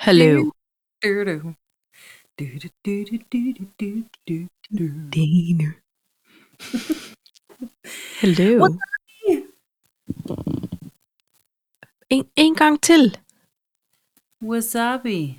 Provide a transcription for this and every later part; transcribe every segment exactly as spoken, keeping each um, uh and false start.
Hello. Dine. Hello. En, en gang til. Wasabi.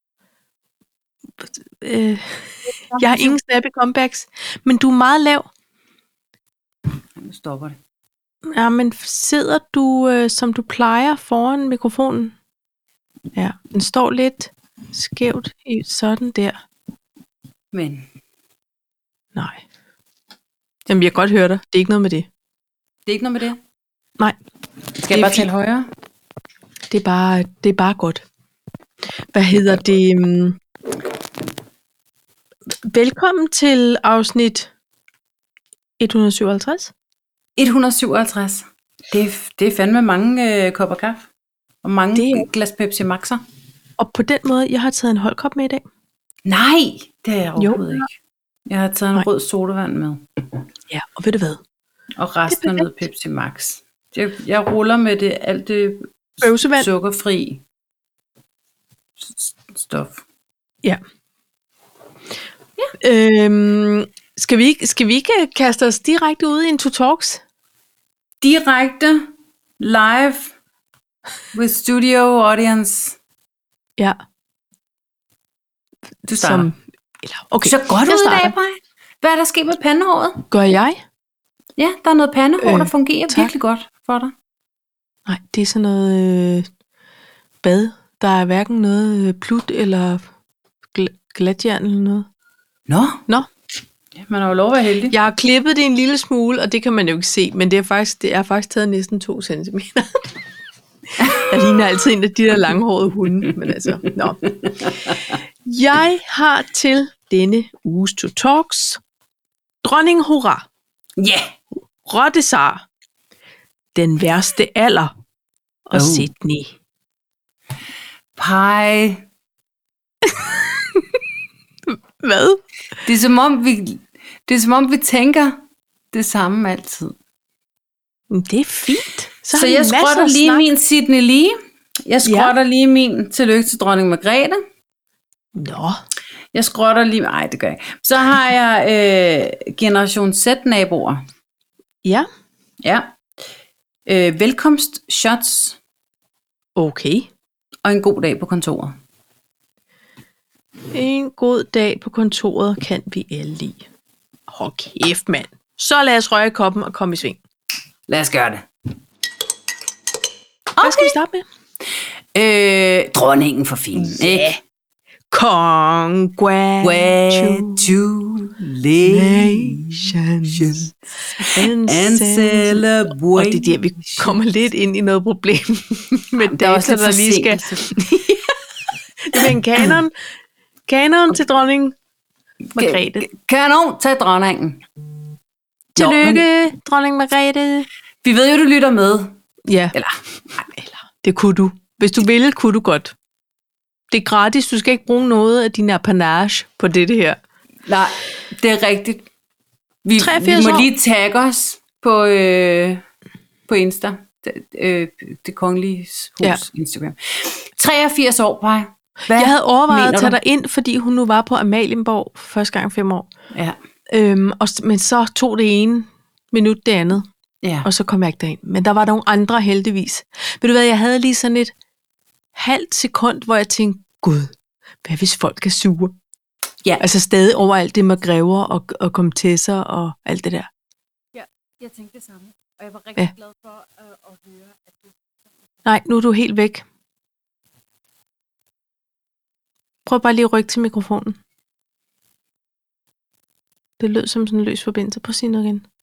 Øh, jeg har ingen snappy comebacks, men du er meget lav. Nu stopper det. Ja, men sidder du, øh, som du plejer, foran mikrofonen? Ja, den står lidt skævt i sådan der. Men Nej. Jamen, jeg kan godt høre dig. Det er ikke noget med det. det er ikke noget med det? Nej. Skal jeg bare tale højere? Det er bare, det er bare godt. Hvad hedder det? Um... Velkommen til afsnit et hundrede syvoghalvtreds. et hundrede syvoghalvtreds. Det er, det er fandme mange øh, kopper kaffe. Og mange det er... glas Pepsi Max'er. Og på den måde, jeg har taget en holdkop med i dag. Nej, det har jeg overhovedet jo. ikke. Jeg har taget en Nej. rød sodavand med. Ja, og ved du hvad? Og resten er noget Pepsi Max. Jeg, jeg ruller med det, alt det Bøvsevand. Sukkerfri stof. Ja. ja. Øhm, skal, vi ikke, skal vi ikke kaste os direkte ud i en to talks? Direkte, live, with studio audience. Ja. Du starter. Som, eller, okay. Så godt ud i dag, Paj. Hvad er der sket med pandehåret? Gør jeg? Ja, der er noget pandehår, øh, der fungerer tak. virkelig godt for dig. Nej, det er sådan noget øh, bad. Der er hverken noget øh, plut eller gl- glatjern eller noget. Nå. Nå. Ja, man har jo lov at være heldig. Jeg har klippet det en lille smule, og det kan man jo ikke se, men det er faktisk, det er faktisk taget næsten to centimeter. Jeg ligner altid en af de der langhårede hunde, men altså, nå. Jeg har til denne uges to talks Dronning Hurra. Ja. Yeah. Rottesar. Den værste alder. Og oh. Sydney. Pej. Hvad? Det er som om vi, det er som om vi tænker det samme altid. Det er fint. Så, Så jeg skrotter lige snak. Min Sydney Lee. Jeg skrotter ja. lige min tillykke til dronning Margrethe. Nå. Jeg skrotter lige... Ej, det gør jeg. Så har jeg øh, Generation Z-naboer. Ja. Ja. Øh, velkomst shots. Okay. Og en god dag på kontoret. En god dag på kontoret kan vi alle lide. Hold kæft, mand. Så lad os røre koppen og komme i sving. Lad os gøre det. Okay. Hvad skal vi starte med? Øh, dronningen for fin, yeah. ikke? Congratulations and, and celebrate. Og det er der, vi kommer lidt ind i noget problem med data, der lige skal... Det er en kanon. Kanon til dronning Margrethe. Kanon til dronningen. Tillykke, Nå, dronning Margrethe. Vi ved jo, du lytter med. Ja. Eller, nej, eller. Det kunne du. Hvis du ville, kunne du godt. Det er gratis. Du skal ikke bruge noget af din apanage på det her. Nej, det er rigtigt. Vi, vi må år. lige tagge os på, øh, på Insta. Det, øh, det kongelige hus ja. Instagram. treogfirs år, Paj. Hvad jeg havde overvejet at tage dig ind, fordi hun nu var på Amalienborg første gang fem år. Ja. Øhm, og, men så tog det ene minut det andet. Ja. Og så kom jeg ikke derind. Men der var nogle andre heldigvis. Ved du hvad, jeg havde lige sådan et halvt sekund, hvor jeg tænkte, gud, hvad hvis folk er sure? Ja. Altså stadig over alt det med grever og, og komtesser og alt det der. Ja, jeg tænkte det samme. Og jeg var rigtig ja. glad for øh, at høre, at du... Nej, nu er du helt væk. Prøv bare lige at rykke til mikrofonen. Det lød som sådan en løs forbindelse. Prøv at sige noget igen.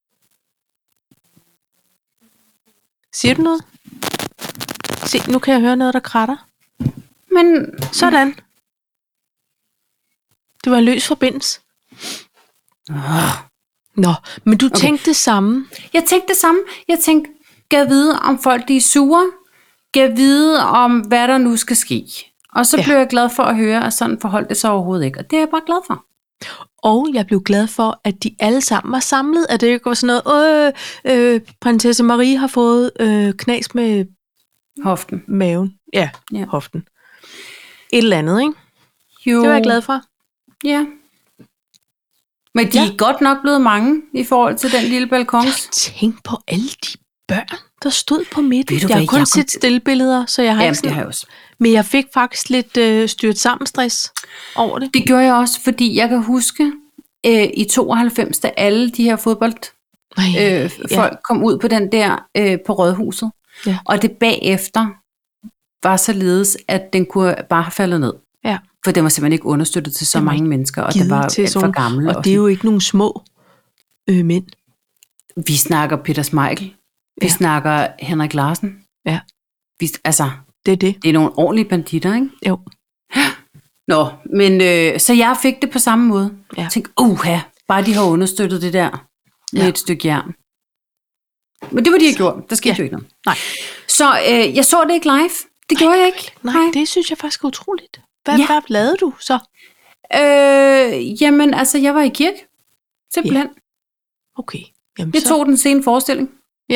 Siger du noget? Se, nu kan jeg høre noget, der kratter. Men... Sådan. Det var en løs forbindelse. Oh. Nå, men du okay. tænkte det samme. Jeg tænkte det samme. Jeg tænkte, gav vide, om folk de er sure. Gav vide, om hvad der nu skal ske. Og så ja. blev jeg glad for at høre, at sådan forholdt det sig overhovedet ikke. Og det er jeg bare glad for. Og jeg blev glad for, at de alle sammen var samlet. At det ikke var sådan noget, øh, øh, prinsesse Marie har fået øh, knas med hoften. Maven. Ja, ja, hoften. eller andet, ikke? Jo. Det var jeg glad for. Ja. Men de ja. er godt nok blevet mange i forhold til den lille balkon. Tænk på alle de børn, der stod på midten. Ved du Jeg har hvad, kun jeg set stillbilleder, så jeg har Jamen, ikke sådan... det har jeg også. Men jeg fik faktisk lidt øh, styrt sammen stress over det. Det gjorde jeg også, fordi jeg kan huske øh, i tooghalvfems, da alle de her fodbold Ej, øh, folk ja. kom ud på den der øh, på Rådhuset. Ja. Og det bagefter var således, at den kunne bare have faldet ned. Ja. For den var simpelthen ikke understøttet til så Den var mange mennesker, og det var alt sådan, for gammel. Og, og det er jo ikke nogen små øh, mænd. Vi snakker Peter Schmeichel. Vi Ja. snakker Henrik Larsen. Ja. Vi, altså, Det er det. det er nogle ordentlige banditter, ikke? Jo. Nå, men øh, så jeg fik det på samme måde. Ja. Jeg tænkte, uha, bare de har understøttet det der med Ja. et stykke jern. Men det var de ikke gjort. Der skete Ja. jo ikke noget. Nej. Så øh, jeg så det ikke live. Det gjorde jeg ikke. Nej, det synes jeg faktisk er utroligt. Hvad, Ja. hvad lavede du så? Øh, jamen, altså, jeg var i kirke. Simpelthen. Ja. Okay. Jamen, Jeg så... tog den sene forestilling. Ja.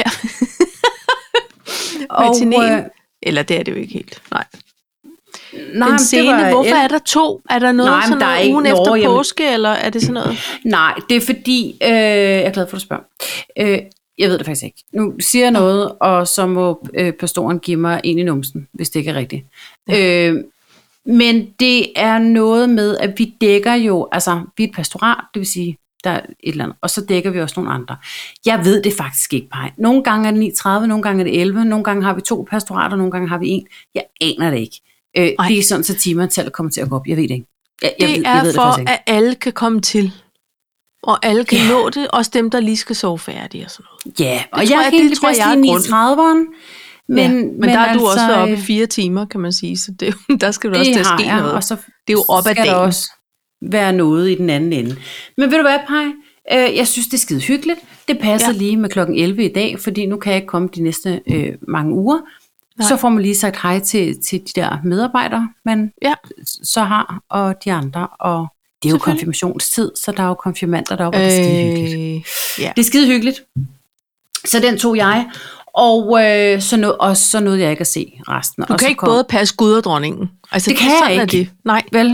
Og, Matinéen. øh, Eller det er det jo ikke helt. Nej. nej, Den scene, det var hvorfor el- er der to? Er der noget Nej, men sådan der er noget ikke- ugen Nå, efter jamen- påske, eller er det sådan noget? Nej, det er fordi, øh, jeg er glad for, at du spørger. Øh, jeg ved det faktisk ikke. Nu siger jeg noget, og så må øh, pastoren give mig en i numsen, hvis det ikke er rigtigt. Ja. Øh, men det er noget med, at vi dækker jo, altså vi er et pastorat, det vil sige, der er et eller andet, og så dækker vi også nogle andre. Jeg ved det faktisk ikke, Paj. Nogle gange er det ni tredive, nogle gange er det elleve, nogle gange har vi to pastorater, nogle gange har vi en. Jeg aner det ikke. Øh, det er sådan, så timeantallet kommer til at gå op. Jeg ved det ikke. Jeg, jeg Det ved, er jeg ved det for, faktisk ikke. at alle kan komme til. Og alle kan Ja. nå det, også dem, der lige skal sove færdige og sådan noget. Ja, og Det jeg tror er jeg- helt det tror tilbage jeg er i ni grunden. trediverne. Men, Men, ja, men, men der er du altså, også oppe i fire timer, kan man sige, så det, er jo- der skal du også det til at har ske jeg, noget. og så Det er jo op ad skal der dagen. også være noget i den anden ende. Men ved du hvad, Paj? Øh, jeg synes, det er skide hyggeligt. Det passer Ja. lige med klokken elleve i dag, fordi nu kan jeg ikke komme de næste øh, mange uger. Nej. Så får man lige sagt hej til, til de der medarbejdere, man Ja. så har, og de andre. Og det er jo Selvfølgelig. konfirmationstid, så der er jo konfirmander deroppe, og det er skide hyggeligt. Øh, ja. Det er skide hyggeligt. Så den tog jeg, og øh, så, nåede, og så nåede jeg ikke at se resten. Du og kan så ikke kom, både passe Gud og dronningen. Altså, Det kan jeg sådan er ikke. det. Nej. Vel?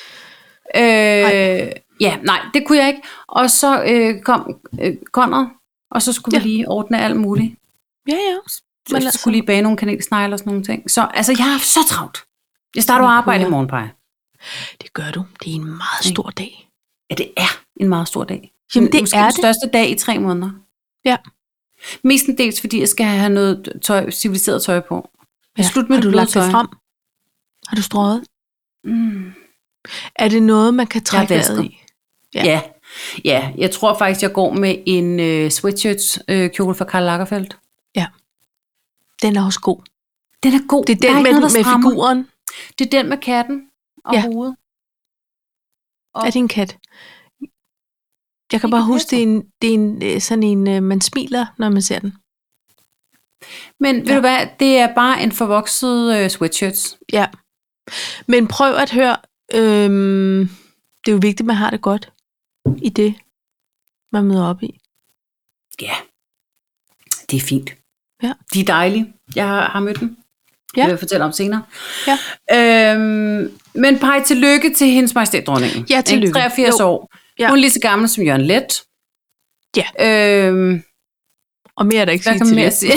Øh, ja, nej, det kunne jeg ikke. Og så øh, kom øh, Conrad, og så skulle ja. vi lige ordne alt muligt. Ja, ja. Så Men jeg altså- skulle lige bage nogle kanelsnegle og sådan nogle ting. Så altså, jeg er så travlt. Jeg starter jo Det arbejde kunne i morgen, Paj. Det gør du. Det er en meget stor dag. Ja, det er en meget stor dag. Jamen, det Måske er den det. største dag i tre måneder. Ja. Mestendels, fordi jeg skal have noget tøj, civiliseret tøj på. Ja. Slut med Har du det lagt bløde det tøj. frem? Har du strøget? Mm. Er det noget, man kan trække vasket. vejret i? Ja. Ja. ja. Ja, jeg tror faktisk, jeg går med en øh, sweatshirt øh, kjole fra Karl Lagerfeld. Den er også god. Den er god. Det er Der den ikke med, noget, der med strammer. figuren. Det er den med katten og Ja. hovedet. Og Er det en kat? Jeg kan Det bare kan huske, det er, en, det er en, øh, sådan en, øh, man smiler, når man ser den. Men ved Ja. du hvad, det er bare en forvokset øh, sweatshirt. Ja. Men prøv at høre, øhm, det er jo vigtigt, at man har det godt i det, man møder op i. Ja, det er fint. Ja. De er dejlige. Jeg har, har mødt dem. Ja. Det vil jeg fortælle om senere. Ja. Øhm, men Paj, tillykke til hendes majestæt dronningen. Ja, tillykke. treogfirs Jo. år. Ja. Hun er lige så gammel som Jørgen Leth. Ja. Øhm, Og mere er der ikke hvad sige kan man til mere det. sige?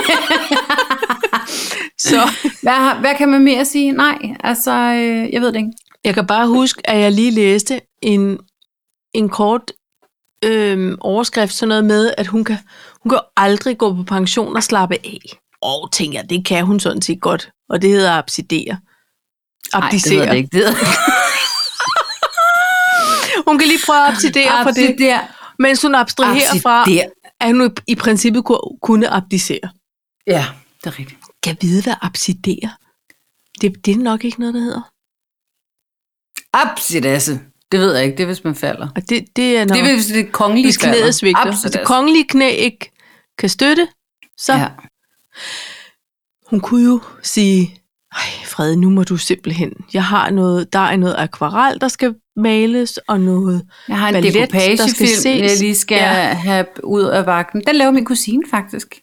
Så hvad, har- hvad kan man mere sige? Nej, altså, øh, jeg ved det ikke. jeg kan bare huske, at jeg lige læste en, en kort øhm, overskrift, sådan noget med, at hun kan, hun kan aldrig gå på pension og slappe af. Og tænker jeg, det kan hun sådan set godt. Og det hedder absidere. Abdicere. Nej, det ved jeg ikke. Det ved jeg ikke. Hun kan lige prøve at absidere fra det, Absidere. mens hun abstraherer fra, Absidere. at hun i princippet kunne- kunne abdicere. Ja, det er rigtigt. Kan jeg vide, hvad absidere? Det, det er nok ikke noget, der hedder. Absidasse. Det ved jeg ikke. Det er, hvis man falder. Og det, det er nok, Det er, hvis det kongelige hvis knæet svigter. Hvis det kongelige knæ ikke kan støtte, så Ja. hun kunne jo sige, ej Frede, nu må du simpelthen, jeg har noget, der er noget akvarel, der skal males, og noget Jeg har en ballet, der skal dekopagefilm, ses. jeg lige skal Ja. ja. have ud af vagten. Den laver min kusine faktisk.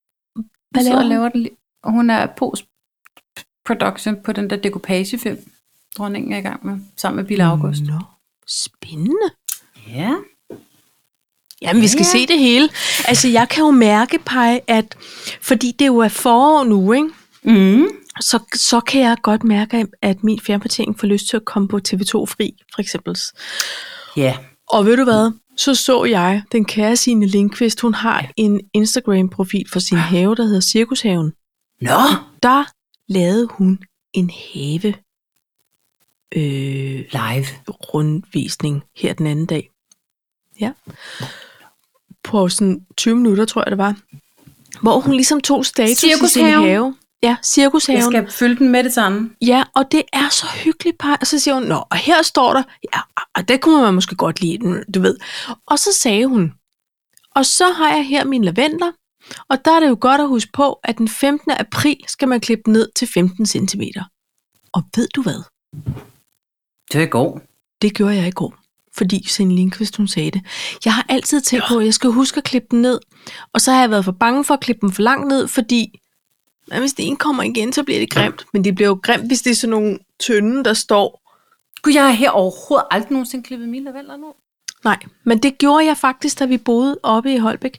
Hvad Så laver hun? laver den, li- og hun er post-production på den der dekopagefilm. dronningen er i gang med, sammen med Bille August. Nå, spændende. Ja. Jamen, vi skal Ja, ja. ja. se det hele. Altså, jeg kan jo mærke, Paj, at fordi det jo er forår nu, ikke? Mm. Så, så kan jeg godt mærke, at min fjernpartering får lyst til at komme på T V to Fri, for eksempel. Ja. Og ved du hvad? Så så jeg, den kære Signe Lindqvist, hun har ja. en Instagram-profil for sin have, der hedder Cirkushaven. Nå! Der lavede hun en have øh, Live. rundvisning her den anden dag. Ja. På sådan tyve minutter, tror jeg det var. Hvor hun ligesom tog status i sin have. Ja, Cirkushaven. Jeg skal fylde den med det samme. Ja, og det er så hyggeligt, Paj. Og så siger hun, nå, og her står der, ja, og det kunne man måske godt lide, du ved. Og så sagde hun, og så har jeg her mine lavendler, og der er det jo godt at huske på, at den femtende april skal man klippe ned til femten centimeter. Og ved du hvad? Det var i går. Det gjorde jeg i går, fordi Signe Lindqvist, hun sagde det. Jeg har altid tænkt på, at jeg skal huske at klippe den ned, og så har jeg været for bange for at klippe den for langt ned, fordi men hvis det ikke kommer igen, så bliver det grimt. Men det bliver jo grimt, hvis det er sådan nogle tynde, der står. Gud, jeg har her overhovedet aldrig nogensinde klippet mine lavendler nu. Nej, men det gjorde jeg faktisk, da vi boede oppe i Holbæk.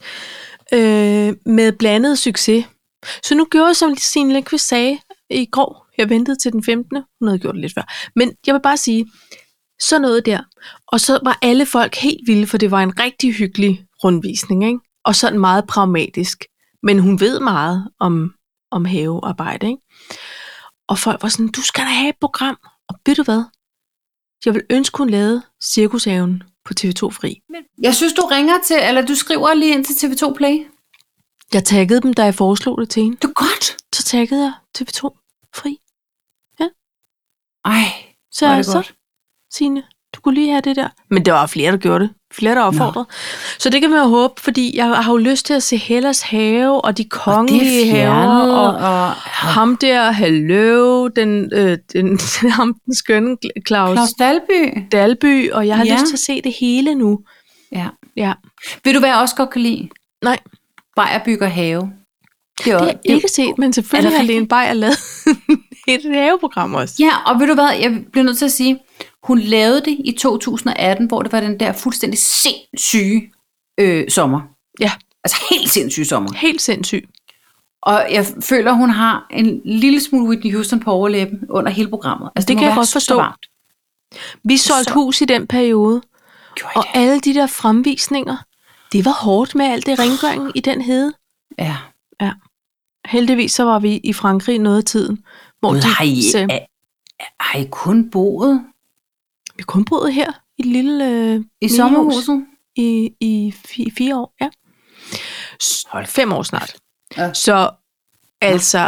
Øh, med blandet succes. Så nu gjorde jeg, som Signe Lindqvist sagde i går. Jeg ventede til den femtende Hun havde gjort det lidt før. Men jeg vil bare sige, så noget der. Og så var alle folk helt vilde, for det var en rigtig hyggelig rundvisning. Ikke? Og sådan meget pragmatisk. Men hun ved meget om om havearbejde, ikke? Og folk var sådan, du skal da have et program. Og ved du hvad? Jeg vil ønske, hun lavede Cirkushaven på T V to Fri. Jeg synes, du ringer til, eller du skriver lige ind til T V to Play. Jeg taggede dem, da jeg foreslog det til hende. Det er godt. Så taggede jeg T V to Fri. Ja. Ej, så var det så, godt. Signe, du kunne lige have det der. Men der var flere, der gjorde det. Flere, der opfordrede. Så det kan man jo håbe, fordi jeg har jo lyst til at se Hellas have, og de kongelige haver, og, og ham der, hallo, den, øh, den, ham den skønne Claus, Claus Dalby. Dalby, og jeg har Ja. lyst til at se det hele nu. Ja. Ja. Vil du være også godt kan lide? Nej, Beyer bygger have. Det det har jeg ikke set, men selvfølgelig har Lene Beyer lavet et haveprogram også. Ja, og ved du hvad, jeg bliver nødt til at sige, hun lavede det i to tusind og atten, hvor det var den der fuldstændig sindssyge øh, sommer. Ja. Altså helt sindssyge sommer. Helt sindssygt. Og jeg føler, hun har en lille smule Whitney Houston på overlæben under hele programmet. Altså, Det, det må kan jeg være godt så forstå. varmt. Vi solgte Så- hus i den periode, Gjorde I og det? alle de der fremvisninger, det var hårdt med alt det rengøring i den hede. Ja. Heldigvis så var vi i Frankrig noget af tiden, hvor Gud, de har, I, sagde, er, har I kun boet vi kun boede her i et lille øh, i minihus sommerhuset? i, i fi, fire år. Ja. S- Hold Fem år snart. Ja. Så altså,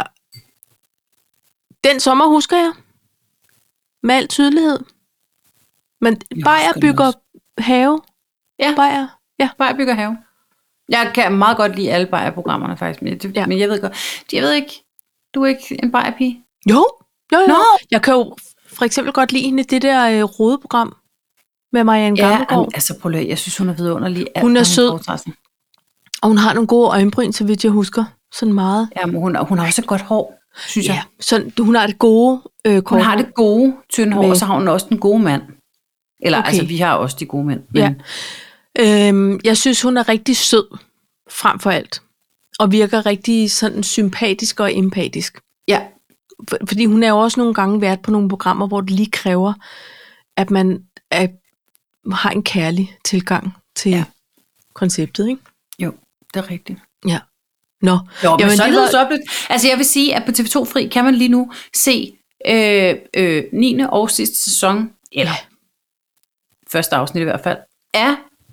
den sommer husker jeg med al tydelighed. Men Jeg Beyer husker den bygger også. have. Ja. Beyer. Ja. Beyer bygger have. Jeg kan meget godt lide alle Beyer-programmerne faktisk, men, det, Ja. ja. men jeg ved godt, jeg ved ikke, du er ikke en Beyer-pige? Jo, jo, jo. Nå. Jeg kan jo for eksempel godt lide hende, det der øh, rodeprogram med Marianne Ja, Gammelgaard. jamen, altså prøv lige, jeg synes, hun er vidunderlig. Alt, Hun er hvad sød. foretager sig. Og hun har nogle gode øjenbryn, så vidt jeg husker. Sådan meget. Ja, men hun, hun har også et godt hår, synes Ja, jeg. så hun har det gode øh, Hun kort. har det gode, tynde hår, Med- og så har hun også den gode mand. Eller Okay. altså, vi har også de gode mænd. Men, Ja. Øhm, jeg synes, hun er rigtig sød, frem for alt. Og virker rigtig sådan sympatisk og empatisk. ja. For, fordi hun er jo også nogle gange været på nogle programmer, hvor det lige kræver, at man er, har en kærlig tilgang til ja. Ja. konceptet, ikke? Jo, det er rigtigt. Ja. Nå. Jo, men Jamen, således det var- oplevet. Altså jeg vil sige, at på T V to Fri kan man lige nu se øh, øh, niende og sidste sæson, eller første afsnit i hvert fald, af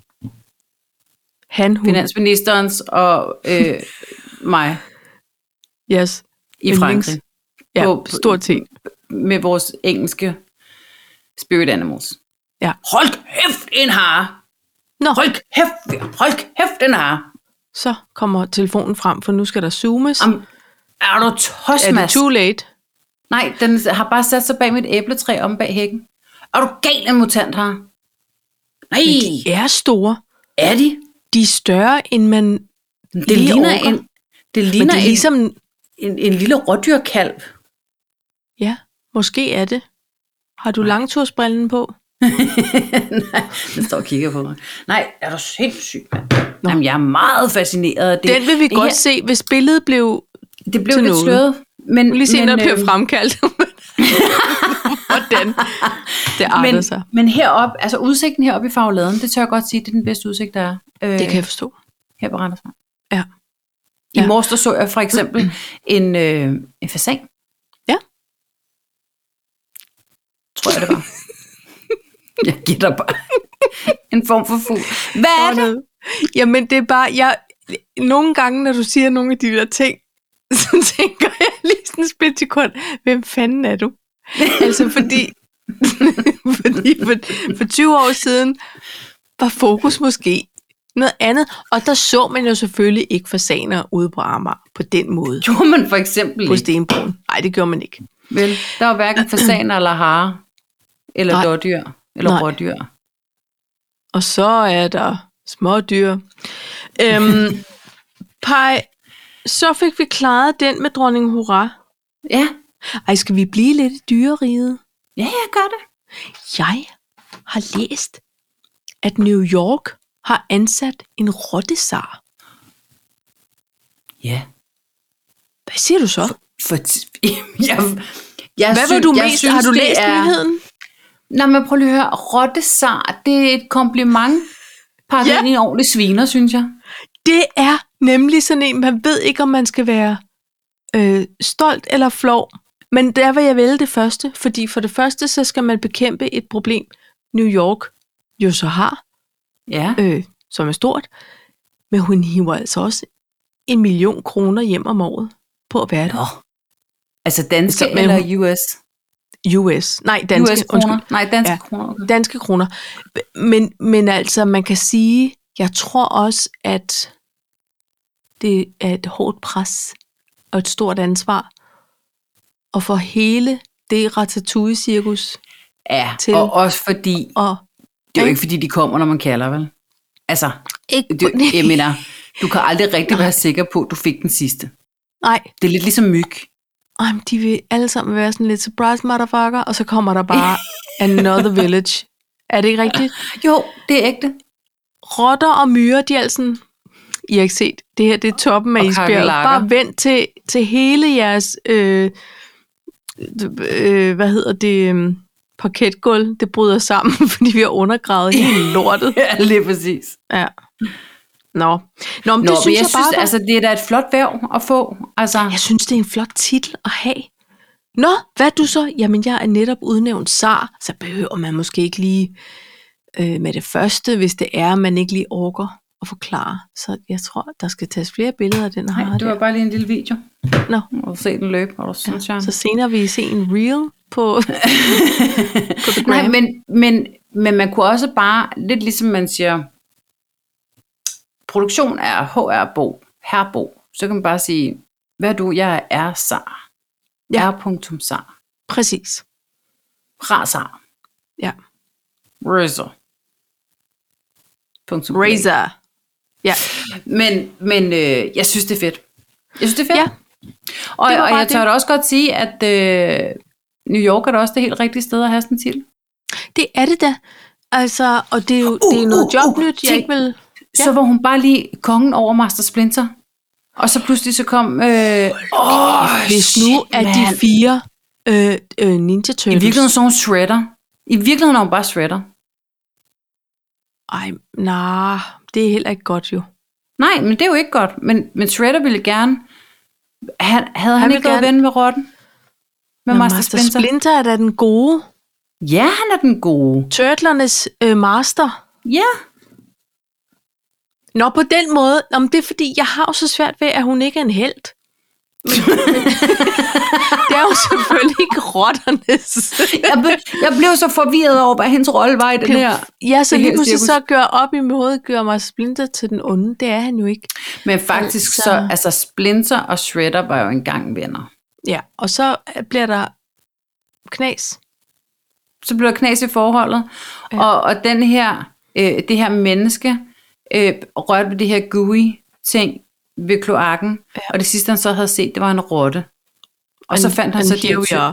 Han, hun. finansministerens og øh, mig Yes. i Yndlings. Frankrig. Ja, På- på- stort set. Med vores engelske spirit animals. Ja. Hold kæft, en hare! Nå, Hold kæft, hold kæft, en hare! så kommer telefonen frem, for nu skal der zoomes. Am, er du Er det tosmas? too late? Nej, den har bare sat sig bag mit æbletræ om bag hækken. Er du gal, en mutant her? Nej, Men de er store. er de? De er større, end man Det lige ligner, orker. en, det Men ligner det er ligesom... en, en, en lille rådyrkalv. Ja, måske er det. Har du langtursbrillen på? Nej, den står og kigger på mig. Nej, er du sindssyg, mand? Jamen, jeg er meget fascineret af det. Den vil vi det godt her, se, hvis billedet blev det blev til lidt noget. sløret. Men, lige se, men, når det bliver øh, fremkaldt. Hvordan det arter men, sig. men heroppe, altså udsigten heroppe i Fagladen, det tør jeg godt sige, det er den bedste udsigt, der er. Øh, Det kan jeg forstå. Her på Randersvej. Ja. I Ja. morges, der så jeg for eksempel en, øh, en fasan. Ja. Tror jeg, det var. Jeg gætter bare. En form for fugl. Hvad er det? Noget. Jamen, det er bare, jeg, nogle gange, når du siger nogle af de der ting, så tænker jeg lige sådan en splitsekund, hvem fanden er du? Altså, fordi, fordi for, for tyve år siden var fokus måske noget andet, og der så man jo selvfølgelig ikke fasaner ude på Amager på den måde. Gjorde man for eksempel På ikke? Stenbroen. Nej, det gjorde man ikke. Vel, der var hverken fasaner eller hare, eller Nej. dårdyr, eller Nej. rådyr. Og så er der små dyr. Øhm, Pej, så fik vi klaret den med dronning Hurra. Ja, Ej, skal vi blive lidt i dyreriget? ja, jeg gør det. Jeg har læst, at New York har ansat en rottesar. Ja. Hvad siger du så? For t- jeg, jeg Hvad synes, vil du jeg mest? synes, Har du det læst er... nyheden? Nå, men prøv lige at høre. Rottesar, det er et kompliment. Pakket Ja. ind i en ordentlig sviner, synes jeg. Det er nemlig sådan en, man ved ikke, om man skal være øh, stolt eller flov. Men der vil jeg vælge det første, fordi for det første, så skal man bekæmpe et problem, New York jo så har, Ja. øh, som er stort. Men hun hiver altså også en million kroner hjem om året på at være det. Nå. Altså danske Så, men eller hun- U S? U S. Nej, danske. U S-kroner? Undskyld. Nej, danske Ja. kroner. Okay. Danske kroner. Men, men altså, man kan sige, jeg tror også, at det er et hårdt pres og et stort ansvar. Og for hele det ratatouille-cirkus. Ja, Til- og også fordi, Og det er jo ikke fordi, de kommer, når man kalder, vel? Altså, ikke det, jeg mener, du kan aldrig rigtig være sikker på, at du fik den sidste. Nej, Det er lidt ligesom myg. ej, men de vil alle sammen være sådan lidt surprise motherfucker, og så kommer der bare another village. Er det ikke rigtigt? Jo, det er ægte. Rotter og myrer, de er altså sådan, I har ikke set, det her det er toppen af Og isbjerget. kakerlakker. Bare vent til, til hele jeres, øh, øh, hvad hedder det, øh, parketgulv, det bryder sammen, fordi vi har undergravet hele lortet. Ja, lige præcis. Ja. Nå, Nå men Nå, det synes men jeg, jeg bare, synes, var- altså, det er da et flot værv at få. Altså, jeg synes, det er en flot titel at have. Nå, hvad er du så? Jamen, jeg er netop udnævnt zar, så behøver man måske ikke lige øh, med det første, hvis det er, man ikke lige orker at forklare. Så jeg tror, der skal tages flere billeder af den her. nej, det var bare lige en lille video. Nå, Og du se den løbe, og du synes, jeg... så senere vil I se en reel på, på The Nej, Gram. men, men, men man kunne også bare, lidt ligesom man siger, produktion er H R-bo, herbo, så kan man bare sige, hvad er du? Jeg er sar. Ja. R. sar. Præcis. Fra sar. Ja. Razor. Punktum play. Razor. Ja. Men, men øh, jeg synes, det er fedt. Jeg synes, det er fedt. Ja. Og, Det var og bare jeg tør det. da også godt sige, at øh, New York er da også det helt rigtige sted at have sådan en titel. Det er det da. Altså, og det er jo Uh, det er noget uh, uh, jobnyt, jeg tænk. ikke vil... Ja. Så var hun bare lige kongen over Master Splinter. Og så pludselig så kom... Øh, åh, Hvis nu er de fire øh, øh, Ninja I Turtles... virkeligheden så er hun Shredder. I virkeligheden er hun bare Shredder. Ej, nej, det er heller ikke godt jo. Nej, men det er jo ikke godt. Men, men Shredder ville gerne... Han, havde han, Han han vil ikke været gerne- ven med rotten? Med Men Master, Master Splinter? Splinter er da den gode. Ja, han er den gode. Turtlernes øh, master. Ja. Nå, på den måde. Nå, men det er fordi, jeg har jo så svært ved, at hun ikke er en helt. Det er jo selvfølgelig ikke rotternes. Jeg, be, jeg blev så forvirret over, hvad hendes rolle var i den her. Ja, så det lige her pludselig cirkus. så gør op i hovedet, gør mig Splinter til den onde. Det er han jo ikke. Men faktisk Altså- så, altså Splinter og Shredder var jo engang venner. Ja, og så bliver der knas. Så blev der knas i forholdet. Ja. Ja. Og, og den her, øh, det her menneske øh, rørte ved det her gooey ting ved kloakken. Ja. Og det sidste han så havde set, det var en rotte. Og så And- fandt han and så de here her we tur- are.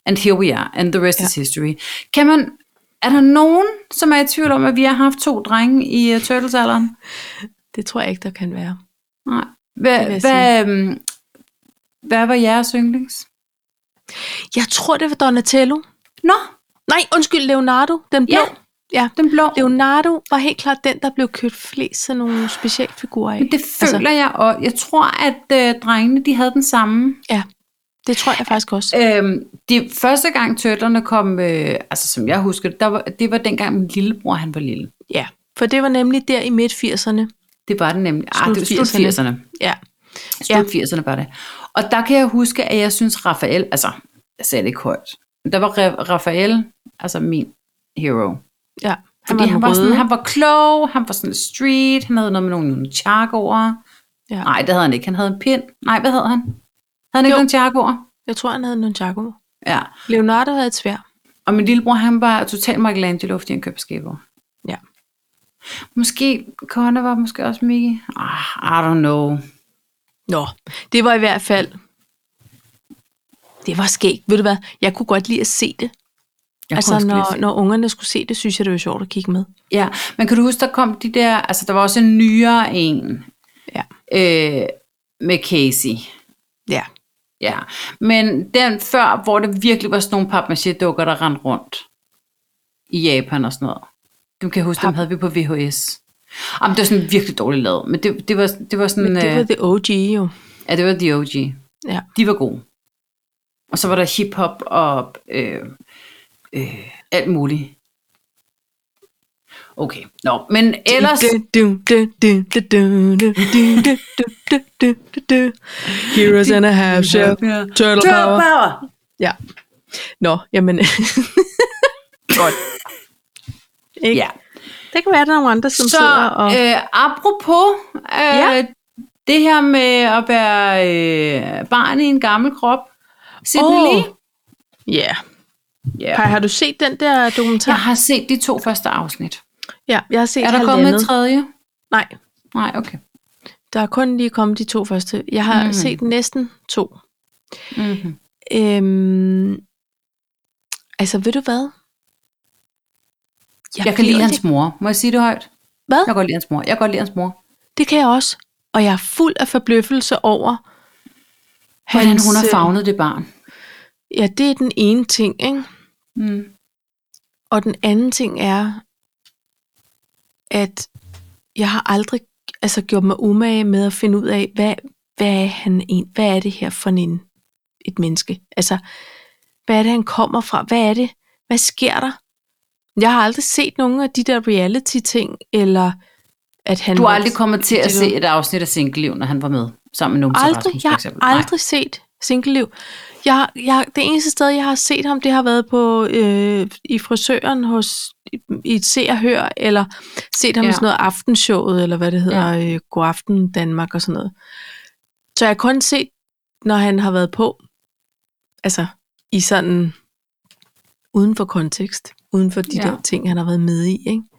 And here we are, and the rest ja. is history. Kan man, er der nogen, som er i tvivl om, at vi har haft to drenge i uh, Turtles-alderen? Det tror jeg ikke, der kan være. Nej. Hvad, hvad, um, hvad var jeres yndlings? Jeg tror, det var Donatello. Nå. Nej, undskyld, Leonardo, den blå. Ja, ja, den blå. Leonardo var helt klart den, der blev købt flest sådan nogle specialfigurer af. Men det føler altså, jeg, og jeg tror, at øh, drengene, de havde den samme. Ja, det tror jeg faktisk også. Øhm, de første gang Turtlerne kom, øh, altså som jeg husker det, der var, det var dengang min lillebror, han var lille. Ja, for det var nemlig der i midt firserne. Det var det nemlig. Ah, det var slut firserne. Ja. Slut ja. firserne var det. Og der kan jeg huske, at jeg synes, Raphael, altså, jeg sagde det ikke højt, der var Raphael, altså min hero. Ja, han Fordi var, han var, sådan, han var klog, han var sådan street, han havde noget med nogle chargoer. Ja. Nej, det havde han ikke. Han havde en pind. Nej, hvad havde han? Havde han ikke nogle chargoer? Jeg tror, han havde nogle chargoer. Ja. Leonardo havde et sværd. Og min lillebror, han var totalt Michelangelo, fordi han købte skaber. Ja. Måske, Connor var måske også Mickey. Ah, I don't know. Nå, det var i hvert fald, det var skægt. Ved du hvad, jeg kunne godt lide at se det. Jeg altså, når, når ungerne skulle se det, synes jeg, det var sjovt at kigge med. Ja, men kan du huske, der kom de der, altså der var også en nyere en, ja. øh, med Casey. Ja. Ja, men den før, hvor det virkelig var sådan nogle papmaché-dukker, der rendte rundt i Japan og sådan noget. Dem kan jeg huske, Pap- dem havde vi på V H S. Jamen, det var sådan virkelig dårligt lavet, men det, det, var, det var sådan... Men det var øh, the O G jo. Ja, det var the O G. Ja. De var gode. Og så var der hip-hop og øh, øh, alt muligt. Okay, nå, men ellers... Heroes and a half shell. Turtle power. Ja. Nå, jamen... Godt. Ikke? Ja. Det kan være, der er nogle andre, som så, sidder og... Øh, apropos øh, ja. det her med at være øh, barn i en gammel krop. Sidney oh. Lee. Ja. Yeah. Paj, har du set den der dokumentar? Jeg har set de to første afsnit. Ja, jeg har set Er der halvandet. kommet et tredje? Nej. Nej, okay. Der er kun lige kommet de to første. Jeg har mm-hmm. set næsten to. Mm-hmm. Øhm, altså, ved du hvad? Jeg, jeg kan lide hans mor. Må jeg sige det højt? Hvad? Jeg kan godt lide hans mor. Jeg kan godt lide hans mor. Det kan jeg også. Og jeg er fuld af forbløffelse over, hvordan hans, hun har favnet det barn. Ja, det er den ene ting, ikke? Mm. Og den anden ting er, at jeg har aldrig altså, gjort mig umage med at finde ud af, hvad, hvad, er, han en, hvad er det her for en, et menneske? Altså, hvad er det, han kommer fra? Hvad er det? Hvad sker der? Jeg har aldrig set nogen af de der reality-ting, eller at han... Du har aldrig kommet til at se et afsnit af Single-liv, når han var med, sammen med Numse Rasmus, for eksempel? Jeg har aldrig Nej. set Single-liv. Jeg, jeg, det eneste sted, jeg har set ham, det har været på øh, i frisøren hos, i, i et Se og Hør, eller set ham ja. i sådan noget aftenshowet, eller hvad det hedder, ja. øh, God Aften Danmark og sådan noget. Så jeg har kun set, når han har været på, altså i sådan, uden for kontekst, uden for de ja. der ting, han har været med i, ikke?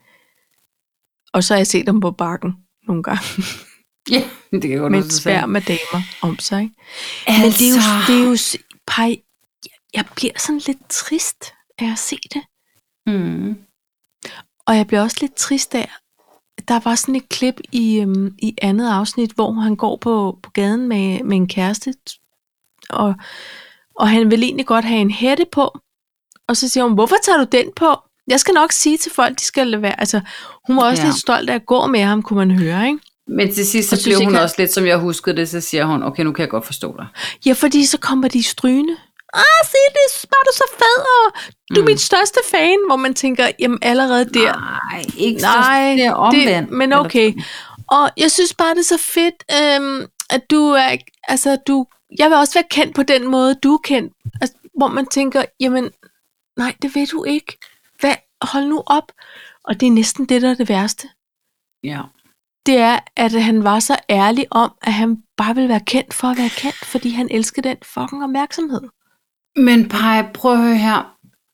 Og så har jeg set ham på Bakken nogle gange. Ja, det kan godt med et svær med damer om sig, ikke? Altså. Men det er jo, det er jo pej, jeg bliver sådan lidt trist af at se det. Mm. Og jeg bliver også lidt trist af, der var sådan et klip i, um, i andet afsnit, hvor han går på, på gaden med, med en kæreste, og, og han vil egentlig godt have en hætte på, og så siger hun, hvorfor tager du den på? Jeg skal nok sige til folk, de skal lade være. Altså, hun var også ja. lidt stolt af at gå med ham, kunne man høre, ikke? Men til sidst, så blev hun kan... også lidt, som jeg huskede det, så siger hun, okay, nu kan jeg godt forstå dig. Ja, fordi så kommer de strygende. Ah, se det, var du så fed, og du er mm. mit største fan, hvor man tænker, jamen allerede der. Nej, ikke Nej, det er omvendt. Det, men okay. Og jeg synes bare, det er så fedt, øhm, at du er, altså du, jeg vil også være kendt på den måde, du er kendt. Altså, hvor man tænker, jamen, nej, det ved du ikke. Hvad? Hold nu op. Og det er næsten det, der er det værste. Ja. Det er, at han var så ærlig om, at han bare ville være kendt for at være kendt, fordi han elsker den fucking opmærksomhed. Men Paj, prøv at høre her.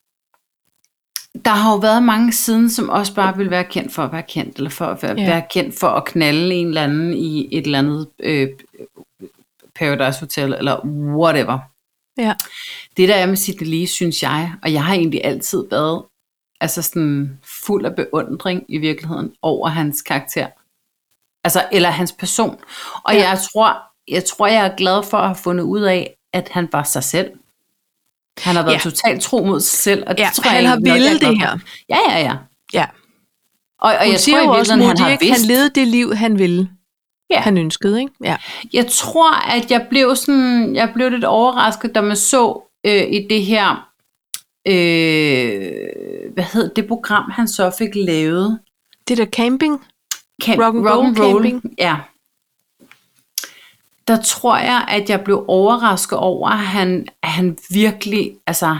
Der har jo været mange siden, som også bare vil være kendt for at være kendt, eller for at være, ja. være kendt for at knalde en eller anden i et eller andet øh, Paradise Hotel, eller whatever. Ja. Det der er med Sidney Lee, synes jeg, og jeg har egentlig altid været altså sådan fuld af beundring i virkeligheden over hans karakter. Altså, eller hans person. Og Ja. jeg tror, jeg tror, jeg er glad for at have fundet ud af, at han var sig selv. Han har været Ja. totalt tro mod sig selv, og det Ja, tror han jeg har egentlig nok, jeg er villet glad det for. her. Ja, ja, ja. Ja. Og, og Hun jeg siger tror i jo også, virkeligheden, han har Modig, han vidst. levede det liv, han ville. Ja. Han ønskede, ikke? Ja. Jeg tror, at jeg blev sådan, jeg blev lidt overrasket, da man så øh, i det her, øh, hvad hed det program, han så fik lavet? Det der camping. Camp, Rock and roll camping. Ja. Der tror jeg, at jeg blev overrasket over, at han, at han virkelig, altså...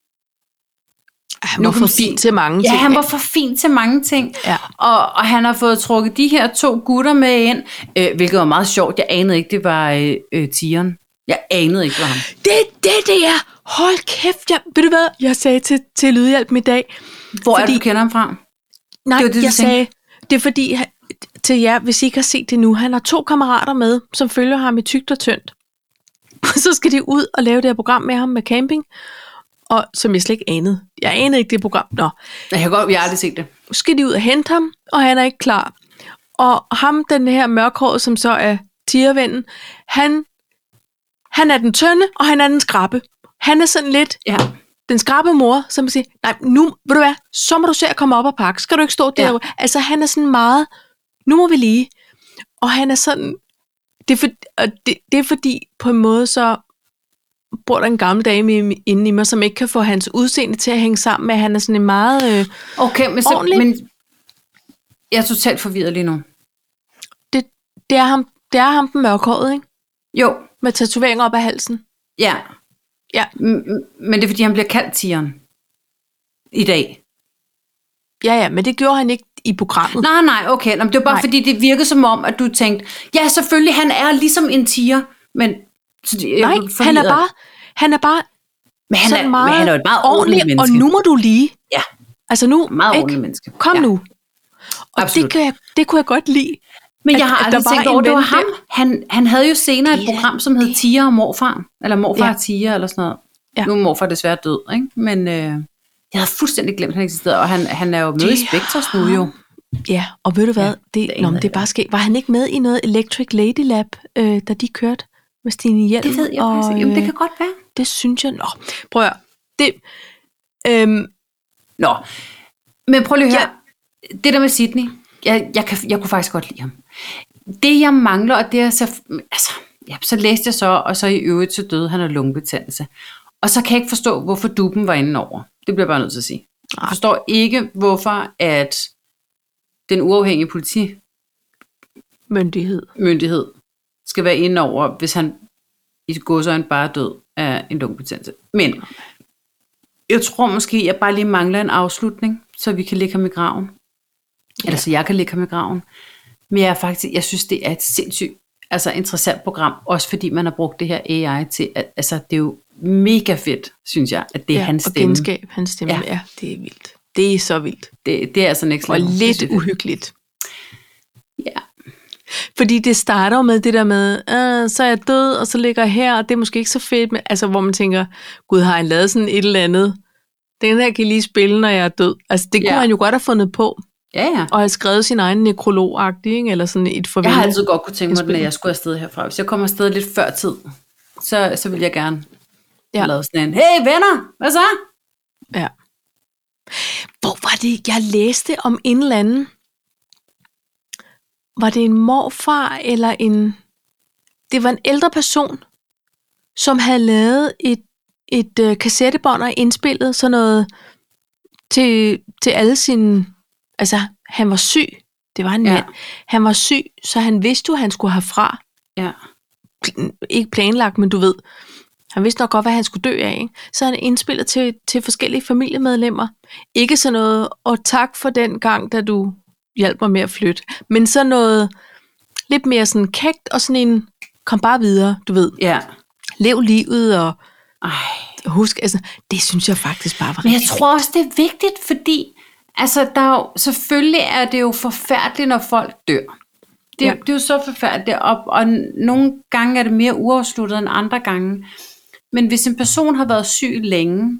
Han Nu var kan for man sige- fin til mange Ja, ting. han var ikke? for fin til mange ting. Ja. Og, og han har fået trukket de her to gutter med ind, øh, hvilket var meget sjovt. Jeg anede ikke, det var øh, øh, Tigeren. Jeg anede ikke, det var ham. Det er det, det er. Hold kæft. Jeg, ved du hvad, jeg sagde til, til Lydhjælpen i dag? Hvor er Fordi- det, du kender ham fra? Nej, Det var det, du jeg tænkte. sagde, det er fordi, han- til jer, hvis I ikke har set det nu, han har to kammerater med, som følger ham i tygt og tyndt. Så skal de ud og lave det her program med ham med camping, og som jeg slet ikke anede. Jeg anede ikke det program. Nå, Jeg har godt, jeg har aldrig set det. så skal de ud og hente ham, og han er ikke klar. Og ham, den her mørkhårede, som så er tiervennen, han, han er den tynde, og han er den skrappe. Han er sådan lidt Ja. den skrappe mor, som siger, nej, nu, ved du hvad, så må du se at komme op og pakke. Skal du ikke stå der? Ja. Altså, han er sådan meget, nu må vi lige. Og han er sådan, det er, for, og det, det er fordi, på en måde, så bor der en gammel dame i- inde i mig, som ikke kan få hans udseende til at hænge sammen med, at han er sådan en meget, øh, Okay, men, så, Ordentligt. men jeg er totalt forvirret lige nu. det, det, er ham, det er ham den mørkhårede, ikke? Jo, Med tatoveringer op ad halsen. ja. Ja. M- m- men det er, fordi han bliver kaldt Tigeren i dag. Ja, ja, men det gjorde han ikke i programmet. Nej, nej, okay. Nå, men det var bare Nej. fordi, det virkede som om, at du tænkte, ja, selvfølgelig, han er ligesom en tiger, men... Så, jeg Nej, blev han er forvirret. bare, han er bare men han, sådan er, meget men han er jo et meget ordentligt ordentlig, menneske. og nu må du lige. Ja, Altså nu, meget ikke? ordentligt menneske. Kom ja. nu. Og Absolut. det, kan jeg, det kunne jeg godt lide. Men at- jeg har at der aldrig var tænkt en over, det var ven ham. der. Han, han havde jo senere et Det- program, som hed det- Tiger og Morfar. Eller Morfar Ja. og Tiger, eller sådan noget. Ja. Nu er morfar desværre død, ikke? Men øh, jeg havde fuldstændig glemt, at han eksisterede. Og han, han er jo med Det i Spectres nu jo. Ja, og ved du hvad? Ja, Ja, det, det det, anede nå, men det er jeg bare sket. Var han ikke med i noget Electric Lady Lab, øh, da de kørte med Stine Hjelm? Det ved jeg og, faktisk ikke. Jamen, det øh, kan godt være. Det synes jeg. Nå, prøv at høre. Det, øhm, Nå, men prøv lige at Ja. høre. Det der med Sidney, jeg, jeg, kan, jeg kunne faktisk godt lide ham. Det jeg mangler, og det er så... Altså, ja, så læste jeg så, og så i øvrigt så døde han af lungebetændelse. Og så kan jeg ikke forstå, hvorfor duben var inde over. Det bliver jeg bare nødt til at sige. Jeg forstår ikke, hvorfor at den uafhængige politimyndighed myndighed. skal være inde over, hvis han i godsøjne bare er død af en lungebetændelse. Men jeg tror måske, at jeg bare lige mangler en afslutning, så vi kan lægge ham i graven. Ja. Eller så jeg kan lægge ham i graven. Men jeg, er faktisk, jeg synes, det er et sindssygt altså interessant program, også fordi man har brugt det her A I til, at altså, det er jo mega fedt, synes jeg, at det er Ja, hans og stemme. genskab hans stemme. Ja. Ja. ja, det er vildt. Det er så vildt. Det, det er altså next Og level. Det lidt synes jeg. uhyggeligt. Ja. Fordi det starter jo med det der med, øh, så er jeg død, og så ligger jeg her, og det er måske ikke så fedt, men, altså, hvor man tænker, gud, har han lavet sådan et eller andet? Den her kan jeg lige spille, når jeg er død. Altså, det kunne Ja. han jo godt have fundet på, Ja, ja. og have skrevet sin egen nekrolog-agtig, ikke? Eller sådan et farvel. Jeg har altid godt kunne tænke mig, spiller. når jeg skulle afsted herfra. Hvis jeg kommer afsted lidt før tid, så, så vil jeg gerne Ja. ja. lave sådan en, hey venner, hvad så? Ja. Hvor var det, jeg læste om en eller anden? Var det en morfar, eller en... Det var en ældre person, som havde lavet et, et uh, kassettebånd og indspillet sådan noget til, til alle sine... Altså, han var syg. Det var en Ja. mand. Han var syg, så han vidste jo, at han skulle herfra. Ja. Ikke planlagt, men du ved, han vidste nok godt, hvad han skulle dø af, ikke? Så han indspillet til, til forskellige familiemedlemmer. Ikke sådan noget, og tak for den gang, da du hjalp mig med at flytte. Men så noget lidt mere sådan kægt, og sådan en, kom bare videre, du ved. Ja. Lev livet, og Ej. husk, altså, det synes jeg faktisk bare var Men jeg rigtig tror også, det er vigtigt, fordi altså, der er jo, selvfølgelig er det jo forfærdeligt, når folk dør. Det, Ja. ja. det er jo så forfærdeligt, og, og nogle gange er det mere uafsluttet end andre gange. Men hvis en person har været syg længe,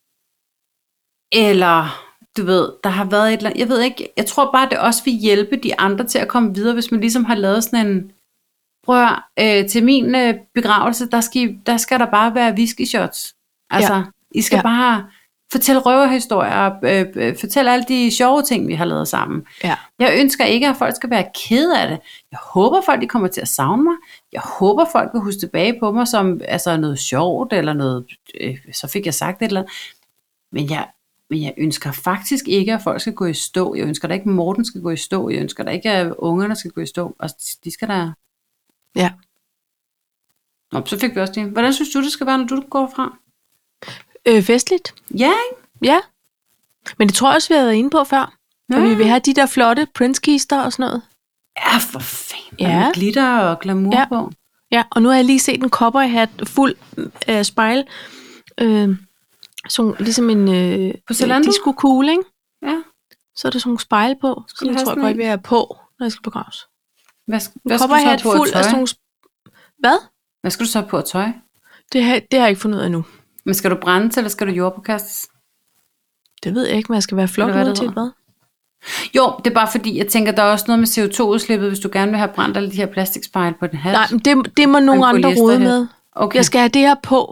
eller du ved, der har været et eller andet, jeg ved ikke, jeg tror bare, det også vil hjælpe de andre til at komme videre, hvis man ligesom har lavet sådan en, prøv at, øh, til min øh, begravelse, der skal, der skal der bare være whisky shots. Altså, ja. I skal ja. bare fortælle røverhistorier, øh, øh, fortælle alle de sjove ting, vi har lavet sammen. Ja. Jeg ønsker ikke, at folk skal være kede af det. Jeg håber, folk de kommer til at savne mig. Jeg håber, folk vil huske tilbage på mig som altså noget sjovt, eller noget, øh, så fik jeg sagt et eller andet. Men jeg, men jeg ønsker faktisk ikke, at folk skal gå i stå. Jeg ønsker da ikke, at Morten skal gå i stå. Jeg ønsker da ikke, at ungerne skal gå i stå. Og de skal da... Ja. Nå, så fik vi også det. Hvordan synes du, det skal være, når du går fra? Øh, festligt. Ja, ikke? Ja. Men det tror jeg også, vi har været inde på før. Ja. Og vi vil have de der flotte princekister og sådan noget. Ja, for fanden. Ja. Med glitter og glamour ja. på. Ja, og nu har jeg lige set en cowboyhat fuld af øh, spejl. Øh, så ligesom en øh, disco-kugle, ikke? Ja. Så er der sådan nogle spejle på. Så jeg tror jeg godt, vi er på, når jeg skal begraves. Hvad, hvad skal du så på fuld af sådan nogle sp- Hvad? Hvad skal du så på at tøj? Det har, det har jeg ikke fundet ud af endnu. Men skal du brændes, eller skal du jordpåkastes? Det ved jeg ikke, men jeg skal være flot ud til hvad? Jo, det er bare fordi, jeg tænker, der er også noget med C O to udslippet, hvis du gerne vil have brændt alle de her plastikspejl på den hals. Nej, men det, det må nogle andre rode med. Okay. Jeg skal have det her på.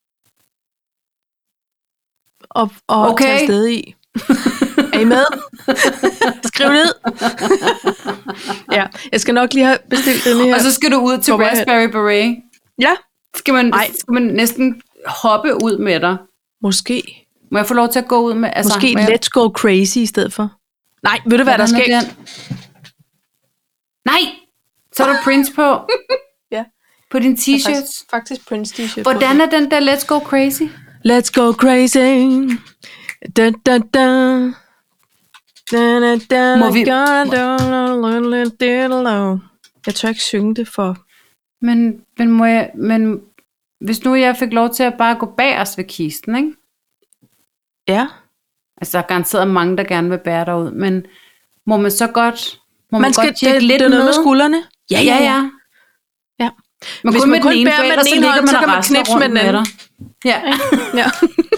Og, og okay. tage afsted i. Er I med? Skriv ned. Ja, jeg skal nok lige have bestilt den her. Og så skal du ud til Raspberry Beret. Ja. Skal man, skal man næsten hoppe ud med dig? Måske. Må jeg få lov til at gå ud med... Altså, Måske jeg... let's go crazy i stedet for. Nej, ved du hvad, der sker? Nej! Så er der Prince på. Ja. På din t-shirts. Faktisk, faktisk Prince t-shirt. Hvordan er den der Let's Go Crazy? Let's go crazy. Da, da, da. Da, da, da. Må vi... Jeg tør ikke synge det for... Men, men, må jeg, men hvis nu jeg fik lov til at bare gå bag os ved kisten, ikke? Ja. Altså, der er garanteret mange, der gerne vil bære derud, men må man så godt, må man, man skal, godt tjekke det, lidt det er noget med? med skuldrene? Ja, ja, ja. ja. Men hvis kun man med kun bærer med den ene hånd, så kan man knipse med den anden. Ja. ja.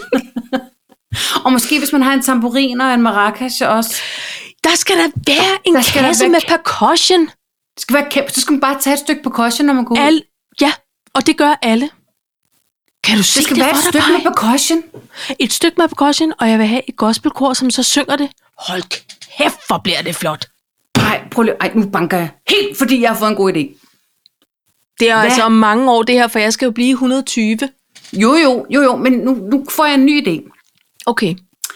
Og måske hvis man har en tamburin og en maracas også. Der skal der være en der kasse være... med percussion. Det skal være kæmpe. Så skal man bare tage et stykke percussion, når man går ud. Al... Ja, og det gør alle. Kan du se det? Det skal det være et stykke med percussion. Et stykke med percussion, og jeg vil have et gospelkor, som så synger det. Hold kæft, hvor bliver det flot. Nej, prøv lige. Ej, nu banker jeg. Helt fordi jeg har fået en god idé. Det er Hvad? altså om mange år det her, for jeg skal jo blive et hundrede og tyve. Jo, jo, jo, jo, men nu, nu får jeg en ny idé. Okay.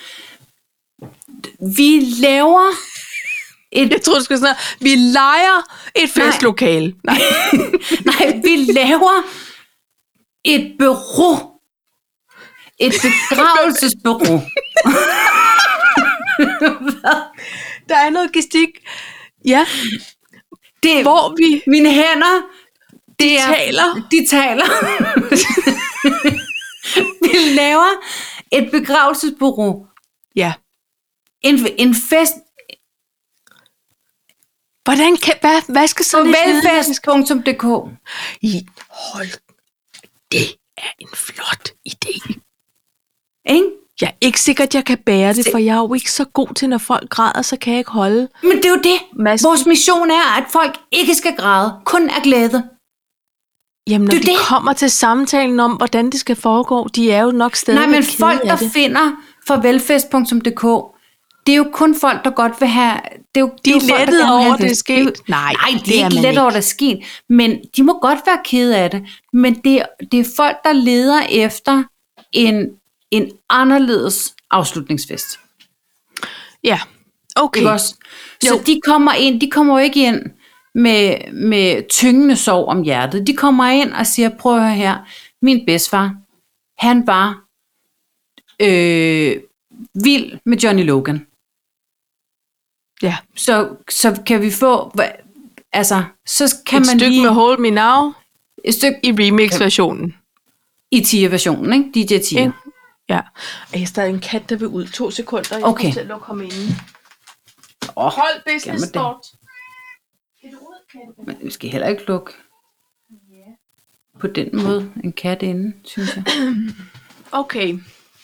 Vi laver... Et... Jeg tror du skulle sige, vi lejer et festlokale. Nej. Nej, vi laver et bureau. Et begravelsesbureau. Der er noget gestik. Ja. Det, hvor vi... Mine hænder... Det de er, taler. De taler. Vi laver et begravelsesbureau. Ja. En, en fest... Hvordan kan... Hvad, hvad skal sådan et velfest punktum d k. Hold. Det er en flot idé. Ikke? Jeg er ikke sikker, at jeg kan bære det, for jeg er jo ikke så god til, når folk græder, så kan jeg ikke holde. Men det er jo det. Masken. Vores mission er, at folk ikke skal græde. Kun er glæde. Jamen, når det de det. kommer til samtalen om, hvordan det skal foregå, de er jo nok stadig Nej, men folk, der det. finder for velfest punktum d k, det er jo kun folk, der godt vil have... Det er jo, de er jo lettet folk, over, det er sket. Nej, Nej det, det er ikke lettet over, det er sket. Men de må godt være kede af det. Men det er, det er folk, der leder efter en, en anderledes afslutningsfest. Ja, okay. Også? Så de kommer ind, de kommer jo ikke ind med, med tyngende sorg om hjertet. De kommer ind og siger, prøv at høre her, min bedstfar, han var øh, vild med Johnny Logan. Ja. Så, så kan vi få, altså, så kan et man stykke lige... med Hold Me Now et stykke i remix-versionen. I Tia-versionen, ikke? D J Tia. Ja. Jeg har stadig en kat, der vil ud. To sekunder. Jeg okay. skal til at lukke ham inde. Oh, hold business start. Men vi skal heller ikke lukke. Ja. på den måde en kat inde, synes jeg. Okay.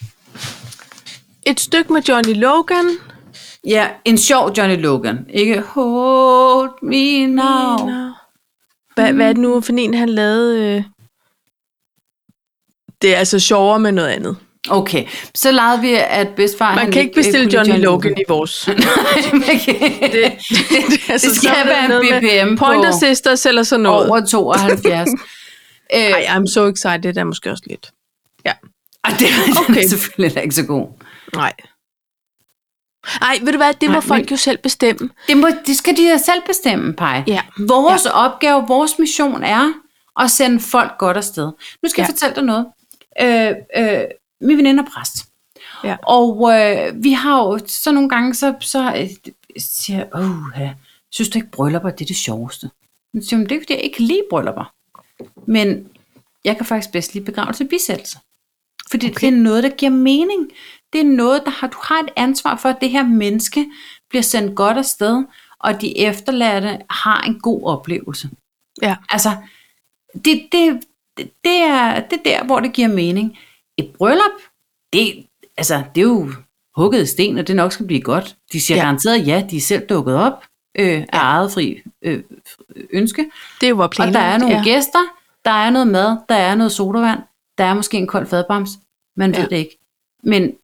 Et stykke med Johnny Logan. Ja, en sjov Johnny Logan. Ikke hold me now. No. Hvad, hvad er det nu for en, han lavede? Øh... Det er altså sjovere med noget andet. Okay, så lavede vi, at bedstfar... Man han kan ikke bestille kunne Johnny, Johnny Logan, Logan i vores. Nej, man kan det, det, det, altså, det skal så være noget en B P M på Pointer Sisters eller sådan noget. over tooghalvfjerds. Ej, I'm so excited, det er måske også lidt. Ja. Ej, det er Okay. selvfølgelig ikke så god. Nej. Ej, ved du hvad, det må Nej, folk men- jo selv bestemme. Det, må, det skal de da selv bestemme, Paj. Ja. Vores ja. opgave, vores mission er at sende folk godt afsted. Nu skal ja. jeg Ja. fortælle dig noget. Øh, øh, min veninde er præst. Ja. Og øh, vi har jo så nogle gange, så, så øh, siger jeg, åh, ja, synes du ikke bryllupper, det er det sjoveste? Men siger hun, det er fordi, jeg ikke kan lide bryllupper. Men jeg kan faktisk bedst lide begravelse og bisættelse. Fordi okay. det er noget, der giver mening. Det er noget, der har, du har et ansvar for, at det her menneske bliver sendt godt afsted, og de efterladte har en god oplevelse. Ja. Altså, det, det, det, det, er, det er der, hvor det giver mening. Et bryllup, det, altså, det er jo hugget i sten, og det nok skal blive godt. De siger Ja. ja. garanteret, ja, de er selv dukket op øh, af eget fri øh, ønske. Det er jo var Og planlagt. der er nogle ja. gæster, der er noget mad, der er noget sodavand, der er måske en kold fadbams. Man Ja. ved det ikke. Men ikke?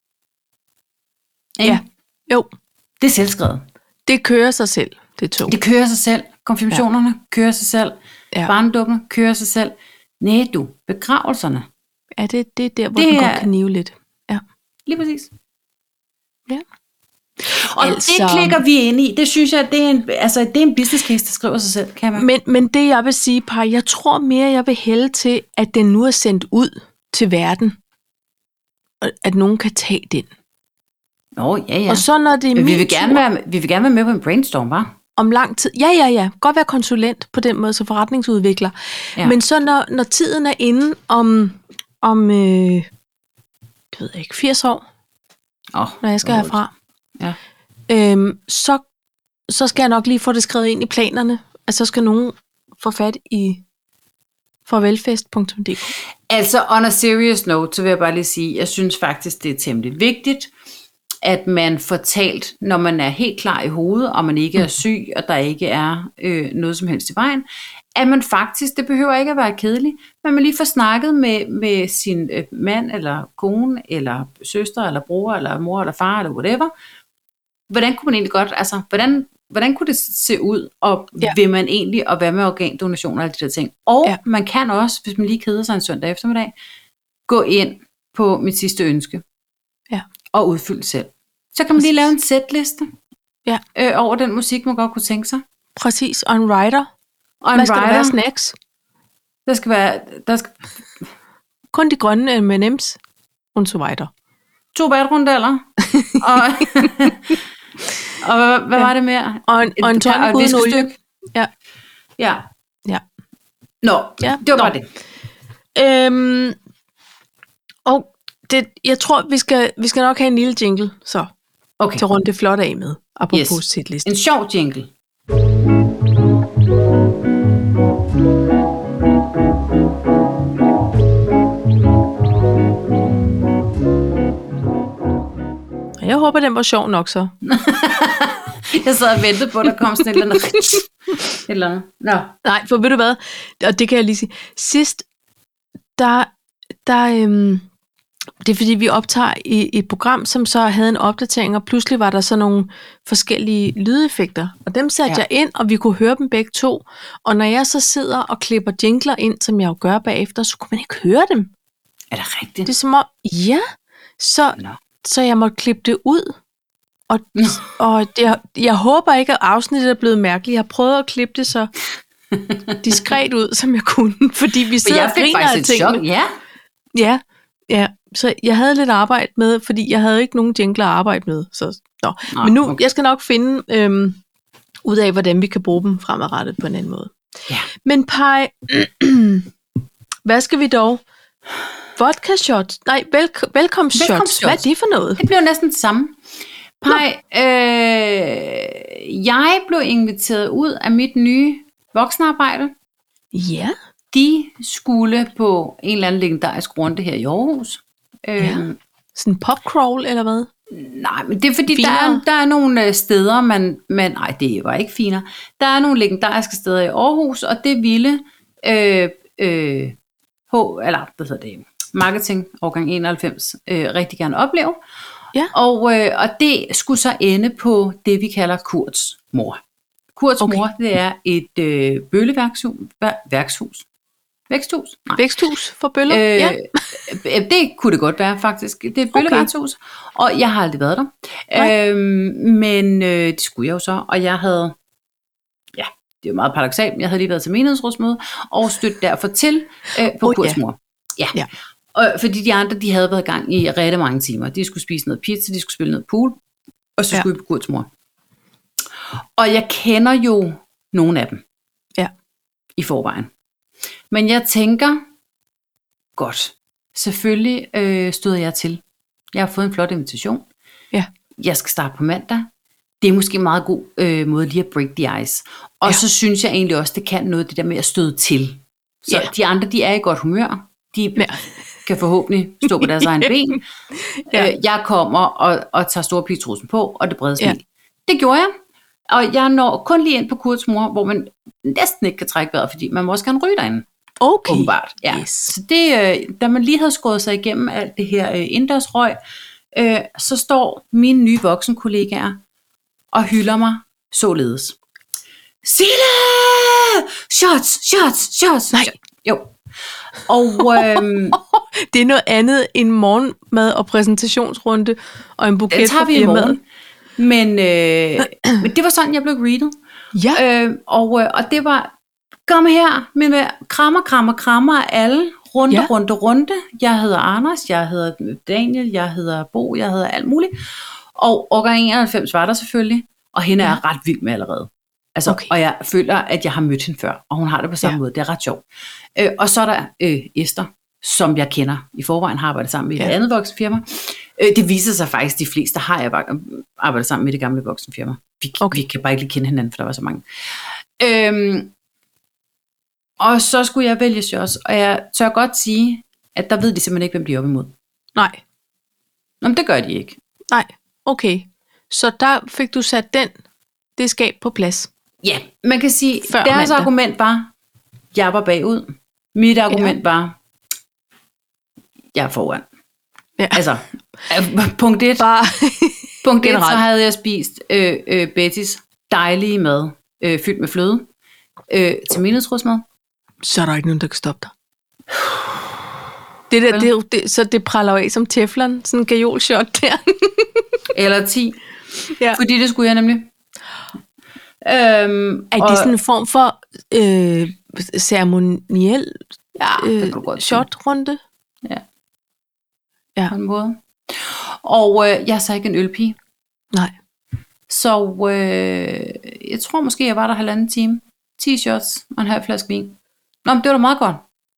Ja. Jo, Det er selvskrevet. det kører sig selv, det tog. Det kører sig selv. Konfirmationerne ja. kører sig selv. Ja. Ja. Barnedåbene kører sig selv. Nej du, begravelserne. Ja, det, det er der, hvor Det det den er- godt kan nive lidt. Ja. Lige præcis. Ja. Og Altså- altså, det klikker vi ind i. Det synes jeg, det er en, altså, det er en business case, der skriver sig selv. Kan man? Men, men det jeg vil sige, Par, jeg tror mere, jeg vil hælde til, at den nu er sendt ud til verden. Og at nogen kan tage den. Nå, ja, ja. Ja. Og så når det er Men vi min vil, gerne tur være, vi vil gerne være med på en brainstorm, hva'? om lang tid. Ja, ja, ja. Godt være konsulent på den måde, så forretningsudvikler. Ja. Ja. Men så når, når tiden er inde om, om øh, det ved jeg ikke, firs år, Oh, når jeg skal herfra, Ja. øhm, så, så skal jeg nok lige få det skrevet ind i planerne, at så skal nogen få fat i farvelfest punktum d k. Altså, on a serious note, så vil jeg bare lige sige, jeg synes faktisk, det er temmelig vigtigt, at man får talt, når man er helt klar i hovedet, og man ikke er syg, og der ikke er øh, noget som helst i vejen, at man faktisk, det behøver ikke at være kedeligt, men man lige får snakket med, med sin øh, mand, eller kone, eller søster, eller bror, eller mor, eller far, eller whatever. Hvordan kunne man egentlig godt, altså, hvordan, hvordan kunne det se ud, og Ja. ja. vil man egentlig, og hvad med organdonation og alle de der ting. Og Ja. ja. man kan også, hvis man lige keder sig en søndag eftermiddag, gå ind på mit sidste ønske, Ja. og udfylde selv. Så kan man lige Præcis. lave en setliste Ja. øh, over den musik, man godt kunne tænke sig. Præcis, og en writer. Og Hvad en skal der writer, være snacks? der skal være, der skal Kun de grønne M and M's und so weiter. to vatrundeller, og, og hvad, hvad Ja. var det mere? Og en, og en Et- tonic og et uden olie. viskestykke. Ja. Ja. Ja. Nå, Ja. det var Nå. bare det. Øhm, og det, jeg tror, vi skal, vi skal nok have en lille jingle, så Okay, til rundt det flot af med, apropos Yes. setliste. en sjov jingle. Jeg håber, den var sjov nok så. Jeg sad og ventede på, at der kom sådan et eller andet. et eller andet. Nå. Nej, for ved du hvad, og det kan jeg lige sige. Sidst, der, der øhm, det er fordi, vi optager i, i et program, som så havde en opdatering, og pludselig var der så nogle forskellige lydeffekter. Og dem satte Ja. jeg ind, og vi kunne høre dem begge to. Og når jeg så sidder og klipper jingler ind, som jeg jo gør bagefter, så kunne man ikke høre dem. Er det rigtigt? Det er som om, ja, så, Nå. så jeg måtte klippe det ud. Og, og det, jeg håber ikke, at afsnittet er blevet mærkeligt. Jeg har prøvet at klippe det så diskret ud, som jeg kunne, fordi vi Men sidder jeg og fik griner af faktisk et chok. tingene. Ja. Ja, ja, så jeg havde lidt arbejde med, fordi jeg havde ikke nogen jingler at arbejde med. Så, nå. Nej, Men nu, okay. jeg skal nok finde øhm, ud af, hvordan vi kan bruge dem fremadrettet på en anden måde. Ja. Men Paj, hvad skal vi dog? Vodka shot? Nej, velk- velkomst shots. Velkomst Hvad er shots. det for noget? Det blev næsten det samme. Pej, øh, jeg blev inviteret ud af mit nye voksenarbejde. Ja, de skulle på en eller anden legendarisk runde her i Aarhus. Ja. Øhm, Sådan en popcrawl, eller hvad? Nej, men det er fordi, der Finere? er, der er nogle steder, man, man... Nej, det var ikke finere. Der er nogle legendariske steder i Aarhus, og det ville øh, øh, H, eller hvad hedder det, marketing, årgang enoghalvfems, øh, rigtig gerne opleve. Ja. Og, øh, og det skulle så ende på det, vi kalder Kurts mor. Kurts Okay. mor, det er et øh, bølleværkshus. Værkshus. Væksthus? Nej. Væksthus for bøller? Øh, Ja. øh, det kunne det godt være, faktisk. Det er et bølleværkshus, okay. Og jeg har aldrig været der. Nej. Øhm, men øh, det skulle jeg jo så, og jeg havde, ja, det er jo meget paradoksalt, men jeg havde lige været til menighedsrådsmøde, og stødt derfor til øh, på Oh, oh, kursmor. Ja. Ja. Og, fordi de andre, de havde været i gang i rigtig mange timer. De skulle spise noget pizza, de skulle spille noget pool, og så Ja. skulle vi på kursmor. Og jeg kender jo nogle af dem. Ja. I forvejen. Men jeg tænker, godt, selvfølgelig øh, stod jeg til. Jeg har fået en flot invitation. Ja. Jeg skal starte på mandag. Det er måske en meget god øh, måde lige at break the ice. Og Ja. så synes jeg egentlig også, det kan noget det der med at støde til. Så Ja. de andre, de er i godt humør. De Ja. kan forhåbentlig stå på deres egen ben. Ja. Øh, jeg kommer og, og tager store pigetrusen på, og det brede smil. Ja. Det gjorde jeg. Og jeg når kun lige ind på Kurts mor, hvor man næsten ikke kan trække vejret, fordi man må også gerne ryge derinde. Okay. Åbenbart. Ja. Yes. Så det, øh, da man lige havde skåret sig igennem alt det her øh, indendørsrøg, øh, så står mine nye voksenkollegaer og hylder mig således. Sille! Shots, shots, shots! Nej. shots. Jo. Og øhm, Det er noget andet end morgenmad og præsentationsrunde og en buket den tager fra vi i firmaet. morgen. Men, øh, men det var sådan, jeg blev greeted. Ja. Øh, og, øh, og det var, kom her, med, med krammer, krammer, krammer af alle, runde, Ja. ja. runde, runde. Jeg hedder Anders, jeg hedder Daniel, jeg hedder Bo, jeg hedder alt muligt. Og årgang enoghalvfems var der selvfølgelig, og hende er Ja. jeg ret vild med allerede. Altså, Okay. okay. Og jeg føler, at jeg har mødt hende før, og hun har det på samme Ja. ja. måde. Det er ret sjovt. Øh, og så er der øh, Esther, som jeg kender i forvejen, har arbejdet sammen med i Ja. et andet voksenfirma. Øh, det viser sig faktisk, de fleste har jeg bare arbejdet sammen med det gamle voksenfirma. Vi, Okay. okay. vi kan bare ikke lige kende hinanden, for der var så mange. Øhm, og så skulle jeg vælge shots, og jeg tør godt sige, at der ved de simpelthen ikke, hvem de er op imod. Nej. Nå, men det gør de ikke. Nej. Okay. Så der fik du sat den, det skab på plads. Ja, man kan sige, Før deres mandag. argument var, jeg var bagud. Mit argument ja. var, jeg er foran. Ja. Altså, øh, punkt et, Bare punkt et, så generelt. havde jeg spist øh, øh, Bettys dejlige mad, øh, fyldt med fløde, øh, til menighedsrådsmad. så er der ikke nogen, der kan stoppe dig. Det der, det, er jo- det, så det praller jo af som teflon, sådan en gajolshot der. Eller ti, Ja. fordi det skulle jeg nemlig. Øhm, Er og- det sådan en form for øh, ceremoniel Ja, det øh, kan du godt sige. shotrunde? Ja. Ja. På en måde. Og øh, jeg er så ikke en ølpige. Nej. Så øh, jeg tror måske, jeg var der halvanden time. ti shots og en halv flaske vin. Nå, men det var da meget godt.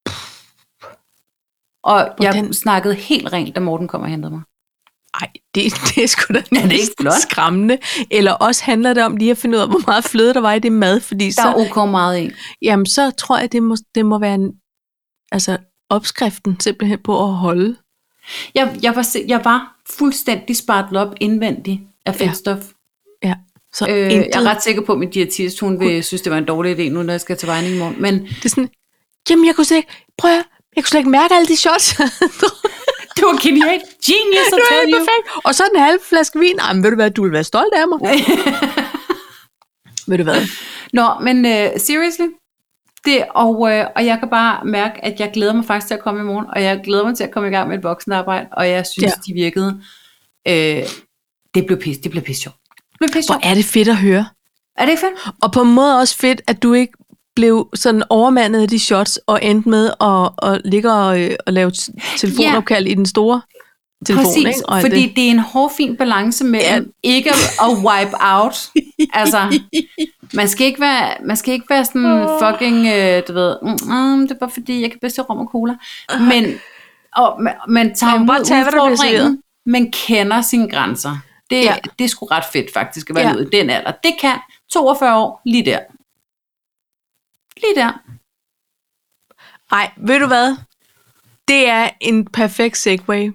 Og Hvordan- jeg snakkede helt rent, da Morten kom og hentede mig. Ej, det, det er sgu da Ja, det er ikke næsten flot. skræmmende. Eller også handler det om lige at finde ud af, hvor meget fløde der var i det mad, fordi Der så, er ok meget i. jamen, så tror jeg, det må, det må være en, altså, opskriften simpelthen på at holde. Jeg, jeg, var, se- jeg var fuldstændig spartlet op indvendigt af fedtstof. Ja. Så Øh, intet, jeg er ret sikker på, at min diætist, hun vil synes, det var en dårlig idé nu, når jeg skal til vejning i morgen. Men det er sådan, jamen, jeg kunne slet ikke, prøv at, høre, jeg kunne slet ikke mærke alle de shots. det var genialt. Genius, Det I var tell helt you. perfekt. Og så en halv flaske vin. Ej, men ved du hvad, du vil være stolt af mig. Ved du hvad? Nå, men uh, seriously, det, og, uh, og jeg kan bare mærke, at jeg glæder mig faktisk til at komme i morgen, og jeg glæder mig til at komme i gang med et voksenarbejde, og jeg synes, Ja. ja. de virkede. Øh, det blev pis, det blev pis sjovt. Det blev pis Hvor sjovt. er det fedt at høre. Er det ikke fedt? Og på en måde også fedt, at du ikke blev sådan overmandet af de shots, og endte med at, at ligge og, øh, og lave t- telefonopkald i den store telefon. Præcis, Ikke? Og alt fordi det. det er en hårfin balance mellem ja. ikke at wipe out. Altså, man skal ikke være, man skal ikke være sådan fucking, øh, du ved, mm, mm, det er bare fordi, jeg kan bedst lide rom og cola. Men, og, man, man tager Man må bare imod tage, hvad der bliver udfordringen, men kender sine grænser. Det, Ja. ja. det er sgu ret fedt faktisk at være Ja. ja. ude i den alder. Det kan toogfyrre år, lige der. Lige der. Ej, ved du hvad? Det er en perfekt segue.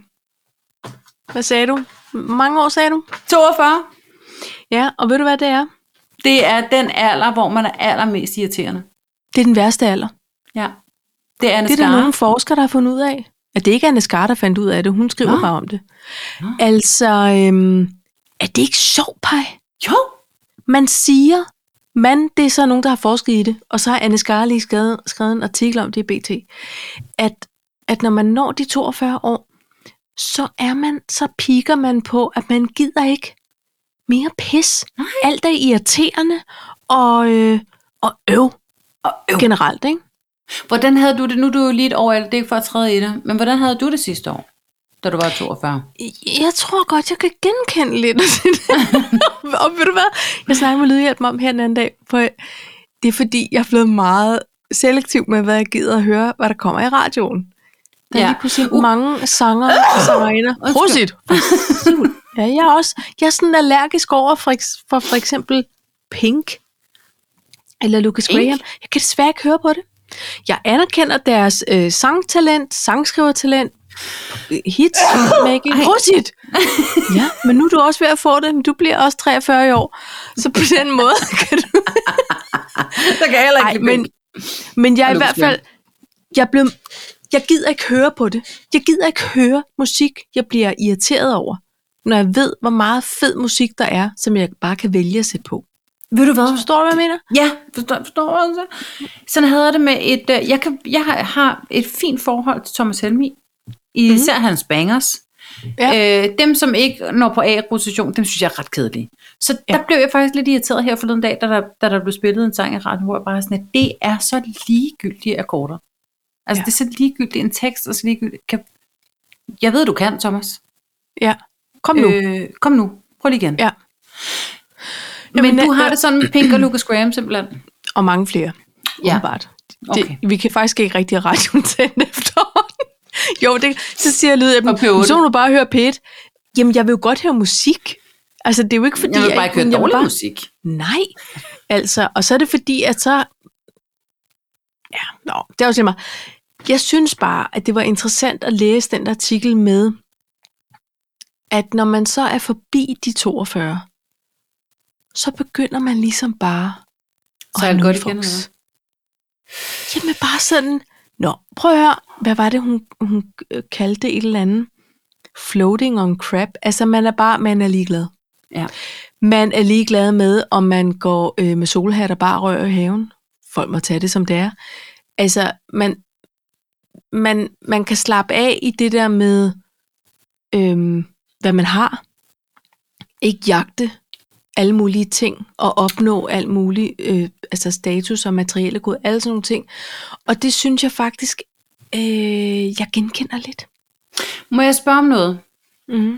Hvad sagde du? Hvor mange år sagde du? toogfyrre. Ja, og ved du hvad det er? Det er den alder, hvor man er allermest irriterende. Det er den værste alder. Ja. Det er Anne Det er der Skare. nogle forskere, der har fundet ud af. At det ikke er Anne Skare, der fandt ud af det. Hun skriver Nå. bare om det. Nå. Altså, øhm, er det ikke sjovt, Paj? Jo. Man siger, man, det er så nogen, der har forsket i det, og så har Anne Skare lige skrevet, skrevet en artikel om det i B T, at, at når man når de toogfyrre år, så er man, så piker man på, at man gider ikke mere pis. Nej. Alt er irriterende og, øh, og øv, Og øv. generelt, ikke? Hvordan havde du det? Nu er du jo lige et år, eller det er ikke for at træde i det, men hvordan havde du det sidste år, da du var toogfyrre? Jeg tror godt, jeg kan genkende lidt af det. Og ved du hvad? Jeg snakkede med Lydhjælpen om her den anden dag, for det er fordi, jeg er blevet meget selektiv med, hvad jeg gider at høre, hvad der kommer i radioen. Der er Ja. lige pludselig uh. mange sanger og sangerinder. Prosit! Ja, jeg er også. Jeg er sådan allergisk over for, eks- for for eksempel Pink eller Lucas Pink? Graham. Jeg kan desværre ikke høre på det. Jeg anerkender deres øh, sangtalent, sangskrivertalent, hits, making. Prosit! Ja, men nu er du også ved at få det, men du bliver også treogfyrre i år. Så på den måde kan du... Der kan heller Ej, men, men jeg er i hvert fald... Jeg, blev, jeg gider ikke høre på det. Jeg gider ikke høre musik, jeg bliver irriteret over, når jeg ved, hvor meget fed musik der er, som jeg bare kan vælge at sætte på. Ved du hvad? Forstår du, hvad jeg mener? Ja, forstår, forstår du også? Sådan havde jeg det med et... øh, Jeg, kan, jeg har- har et fint forhold til Thomas Helmig. Især mm-hmm. hans bangers. Ja. Øh, dem, som ikke når på A-rotation, dem synes jeg er ret kedelige. Så Ja. der blev jeg faktisk lidt irriteret her forleden dag, da der, da der blev spillet en sang i radioen, hvor jeg bare sådan, at det er så ligegyldige akkorder. Altså, Ja. det er så ligegyldigt en tekst, og så ligegyldigt... Kan... Jeg ved, du kan, Thomas. Ja. Kom nu. Øh, kom nu. Prøv lige igen. Ja. Men Jamen, du har øh, det sådan med Pink og Lucas Graham simpelthen. Og mange flere. Ja. Åbenbart. Okay. Det, vi kan faktisk ikke rigtig have radioen til efterhånden. Jo, det, så siger jeg lyd af dem. Og P otte. Så må du bare høre P et. Jamen, jeg vil jo godt høre musik. Altså, det er jo ikke fordi... Jeg vil bare ikke høre men jeg vil dårlig bare- musik. Nej. Altså, og så er det fordi, at så... Ja, nå, det er også lige meget. Jeg synes bare, at det var interessant at læse den der artikel med, at når man så er forbi de toogfyrre, så begynder man ligesom bare at Så er have det godt nulfoks. igen, eller Jamen bare sådan, nå, prøv at høre, hvad var det, hun, hun øh, kaldte et eller andet? Floating on crab. Altså, man er bare, man er ligeglad. Ja. Man er ligeglad med, om man går øh, med solhat og bare rører i haven. Folk må tage det, som det er. Altså, man, man, man kan slappe af i det der med, øhm, hvad man har. Ikke jagte alle mulige ting og opnå alt muligt, øh, altså status og materielle gode, alle sådan nogle ting. Og det synes jeg faktisk, øh, jeg genkender lidt. Må jeg spørge om noget? Mm-hmm.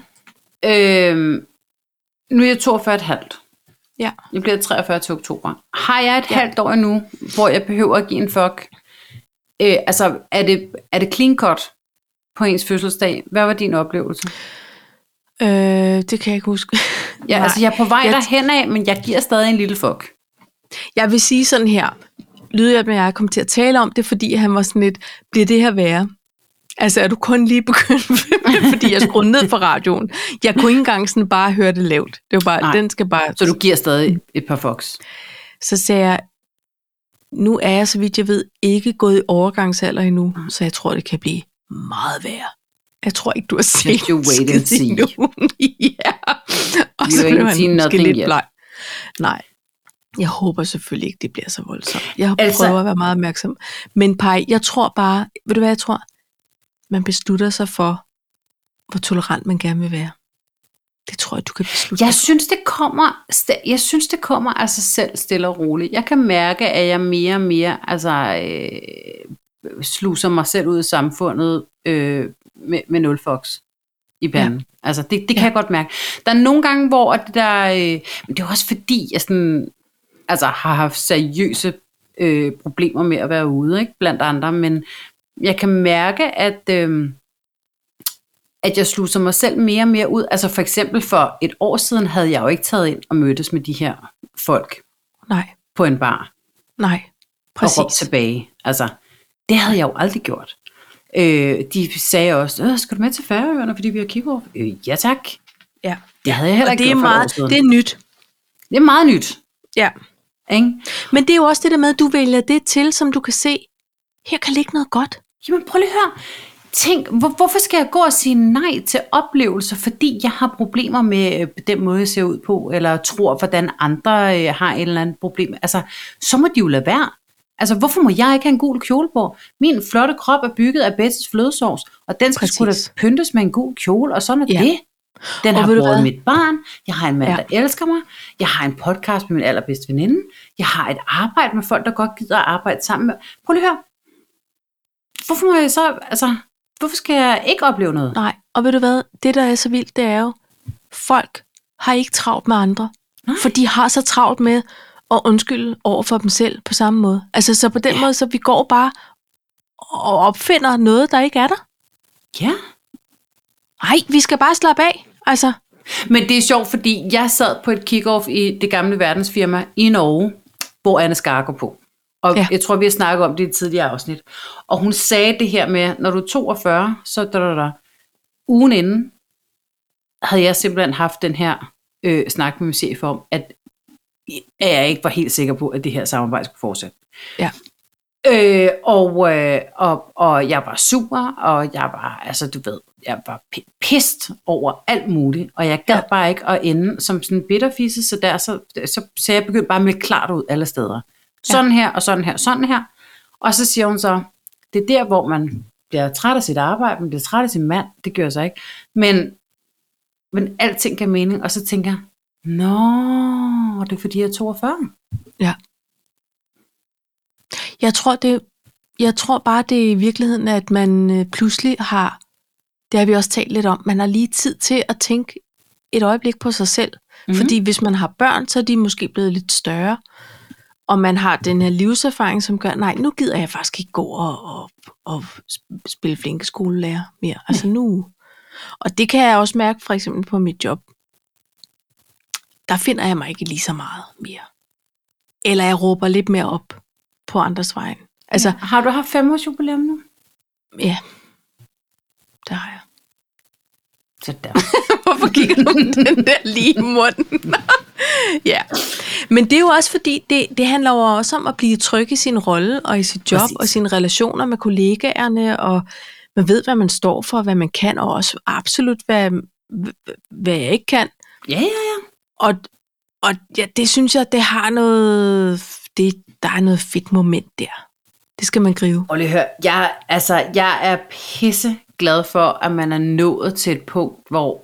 Øhm, nu er jeg toogfyrre og et halvt. Ja. Jeg bliver treogfyrre til oktober. Har jeg et Ja. ja. halvt år endnu, hvor jeg behøver at give en fuck? Øh, altså, er det, er det clean cut på ens fødselsdag? Hvad var din oplevelse? Øh, det kan jeg ikke huske. Ja, Nej. altså, jeg er på vej Jeg- derhen af, men jeg giver stadig en lille fuck. Jeg vil sige sådan her. Lydhjælpen og jeg kom til at tale om det, fordi han var sådan lidt, bliver det her værre? Altså, er du kun lige begyndt, fordi jeg skruede ned for radioen? Jeg kunne ikke engang sådan bare høre det lavt. Det var bare, Nej. den skal bare... Så du giver stadig et par fucks. Så sagde jeg, nu er jeg, så vidt jeg ved, ikke gået i overgangsalder endnu, så jeg tror, det kan blive meget værre. Jeg tror ikke, du har set Just you wait and see. endnu. Ja. Og You så ain't blev han seen måske nothing lidt yet. bleg. Nej. Jeg håber selvfølgelig ikke, det bliver så voldsomt. Jeg Altså- prøver at være meget opmærksom. Men Paj, jeg tror bare, ved du hvad jeg tror? Man beslutter sig for, hvor tolerant man gerne vil være. Det tror jeg, du kan beslutte Jeg dig for. synes, det kommer, st- jeg synes, det kommer af sig selv stille og roligt. Jeg kan mærke, at jeg mere og mere altså, øh, sluser mig selv ud i samfundet øh, med, med nul fox i panden. Ja. Altså, det, det kan Ja. jeg godt mærke. Der er nogle gange, hvor det der... Øh, men det er også fordi, jeg sådan, altså, har haft seriøse øh, problemer med at være ude, ikke? Blandt andre. Men jeg kan mærke, at... Øh, at jeg sluser mig selv mere og mere ud. Altså for eksempel for et år siden havde jeg jo ikke taget ind og mødtes med de her folk Nej, på en bar nej. og råbt Præcis. tilbage. Altså, Det havde jeg jo aldrig gjort. Øh, de sagde også, skal du med til Færøerne, fordi vi har kick-off? Øh, ja tak. Ja. Det havde jeg heller ikke det er gjort for et år meget, siden. det er nyt. Det er meget nyt. Ja. Ikke? Men det er jo også det der med, at du vælger det til, som du kan se, her kan ligge noget godt. Jamen prøv lige at høre. Tænk, hvor, hvorfor skal jeg gå og sige nej til oplevelser, fordi jeg har problemer med øh, den måde, jeg ser ud på, eller tror, hvordan andre øh, har et eller andet problem. Altså, så må de jo lade være. Altså, hvorfor må jeg ikke have en gul kjole på? Min flotte krop er bygget af Bettys flødesovs, og den skal Præcis. sgu da pyntes med en gul kjole, og sådan er Ja. det. Den Og har ved du båret hvad? mit barn, jeg har en mand, Ja. der elsker mig, jeg har en podcast med min allerbedste veninde, jeg har et arbejde med folk, der godt gider at arbejde sammen med. Prøv lige at høre. Hvorfor må jeg så, altså, hvorfor skal jeg ikke opleve noget? Nej, og ved du hvad, det der er så vildt, det er jo, folk har ikke travlt med andre. Nej. For de har så travlt med at undskylde over for dem selv på samme måde. Altså, så på den ja. måde, så vi går bare og opfinder noget, der ikke er der. Ja. Nej, vi skal bare slappe af. Altså, Men det er sjovt, fordi jeg sad på et kick-off i det gamle verdensfirma i Norge, hvor Anne Skar går på. Og Ja. ja. jeg tror, vi har snakket om det i et tidligere afsnit. Og hun sagde det her med, når du er toogfyrre, så der, der, der. Ugen inden havde jeg simpelthen haft den her øh, snak med min chef om, at jeg ikke var helt sikker på, at det her samarbejde skulle fortsætte. ja. Øh, og, øh, og, og jeg var sur, og jeg var, altså du ved, jeg var p- pist over alt muligt, og jeg gad Ja. bare ikke at ende som sådan en bitterfisse, så der, så, så, så jeg begyndte bare med klart ud alle steder. Sådan her, og sådan her, og sådan her. Og så siger hun så, det er der, hvor man bliver træt af sit arbejde, man bliver træt af sin mand, det gør jeg så ikke, men, men alting giver mening, og så tænker jeg, nå, det er fordi jeg er toogfyrre. Ja. Jeg tror, det, jeg tror bare, det er i virkeligheden, at man øh, pludselig har, det har vi også talt lidt om, man har lige tid til at tænke et øjeblik på sig selv. Mhm. Fordi hvis man har børn, så er de måske blevet lidt større, og man har den her livserfaring, som gør, nej, nu gider jeg faktisk ikke gå og, og, og spille flinke skolelærer mere. Altså nu. Og det kan jeg også mærke for eksempel på mit job. Der finder jeg mig ikke lige så meget mere. Eller jeg råber lidt mere op på andres vejen. Altså, Ja. Har du haft fem års jubilæum nu? ja, det har jeg. Så der. Hvorfor kigger du med den der lige i munden? Ja, men det er jo også fordi, det, det handler jo også om at blive tryg i sin rolle, og i sit job, Præcis. og sine relationer med kollegaerne, og man ved, hvad man står for, hvad man kan, og også absolut, hvad, hvad jeg ikke kan. Ja, ja, ja. Og, og ja, det synes jeg, det har noget, det, der er noget fedt moment der. Det skal man gribe. Og lige hør, jeg, altså, jeg er pisse glad for, at man er nået til et punkt, hvor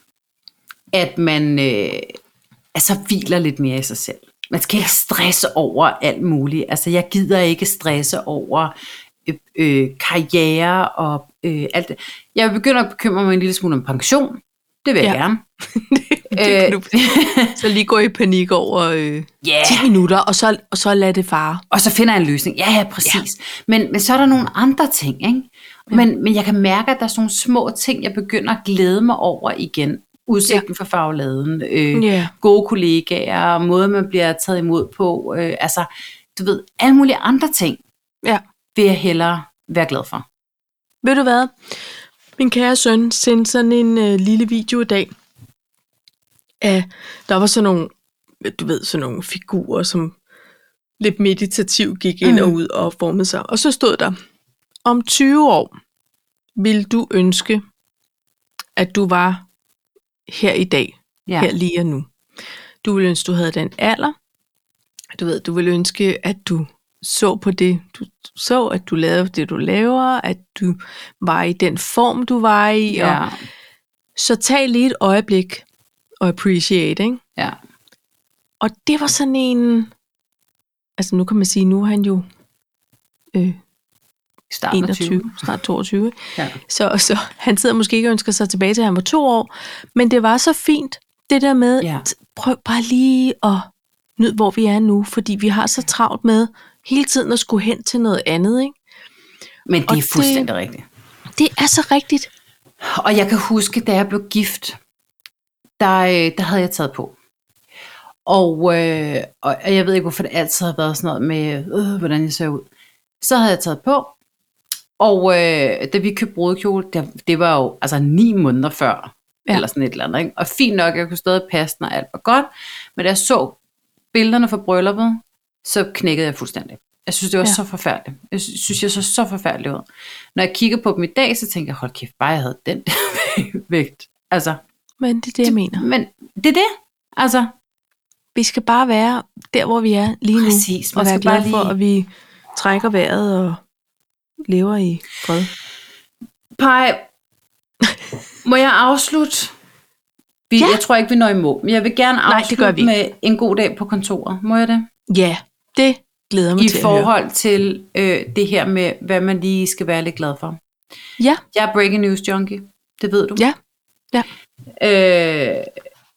at man øh, altså hviler lidt mere i sig selv. Man skal ikke stresse over alt muligt. Altså, jeg gider ikke stresse over øh, øh, karriere og øh, alt det. Jeg begynder at bekymre mig en lille smule om pension. Det vil jeg Ja. gerne. det kan du så lige gå i panik over øh, Yeah. ti minutter, og så, og så lad det fare. Og så finder jeg en løsning. Ja, ja, præcis. Ja. Men, men så er der nogle andre ting, ikke? Men, men jeg kan mærke, at der er sådan nogle små ting, jeg begynder at glæde mig over igen. Udsigten ja. for fagladen, øh, Ja. gode kollegaer, måden man bliver taget imod på. Øh, altså, du ved, alle mulige andre ting Ja. vil jeg hellere være glad for. Ved du hvad? Min kære søn sendte sådan en øh, lille video i dag. Af, der var sådan nogle, du ved, sådan nogle figurer, som lidt meditativt gik ind Mm. og ud og formede sig. Og så stod der, om tyve år vil du ønske, at du var her i dag, Ja. her lige og nu. Du vil ønske, du havde den alder. Du ved, du vil ønske, at du så på det, du så, at du lavede det, du laver, at du var i den form, du var i. Ja. Og så tag lige et øjeblik og appreciate, ikke? Ja. Og det var sådan en, altså nu kan man sige, nu er han jo øh, Starten af tyve. enogtyve, snart toogtyve. Ja. Så, så han sidder måske ikke og ønsker sig tilbage til, at han var to år. Men det var så fint, det der med, Ja. prøv bare lige at nyde, hvor vi er nu. Fordi vi har så travlt med hele tiden at skulle hen til noget andet, ikke? Men det Og er det- fuldstændig rigtigt. Det er så rigtigt. Og jeg kan huske, da jeg blev gift, der, øh, der havde jeg taget på. Og, øh, og jeg ved ikke, hvorfor det altid har været sådan noget med, øh, hvordan jeg ser ud. Så havde jeg taget på, Og øh, da vi købte brudekjole, det, det var jo altså ni måneder før, Ja. eller sådan et eller andet. Ikke? Og fint nok, jeg kunne stadig passe den, og alt var godt. Men da jeg så billederne fra brylluppet, så knækkede jeg fuldstændig. Jeg synes, det var Ja. ja. så forfærdeligt. Jeg sy- synes, jeg så så forfærdeligt ud. Når jeg kigger på dem i dag, så tænker jeg, hold kæft, bare jeg havde den der vægt. Altså, Men det er det, jeg mener. men det er det. Altså, Vi skal bare være der, hvor vi er lige nu. præcis. Og Man være skal bare glade for, lige... at vi trækker vejret og lever i fred. Pej, må jeg afslutte? Vi, Ja. Jeg tror ikke, vi når i mål, men jeg vil gerne Nej, det gør afslutte vi med en god dag på kontoret. Må jeg det? Ja, det glæder jeg mig I til at høre. forhold til øh, det her med, hvad man lige skal være lidt glad for. Ja, Jeg er breaking news junkie. Det ved du. ja, ja. Øh,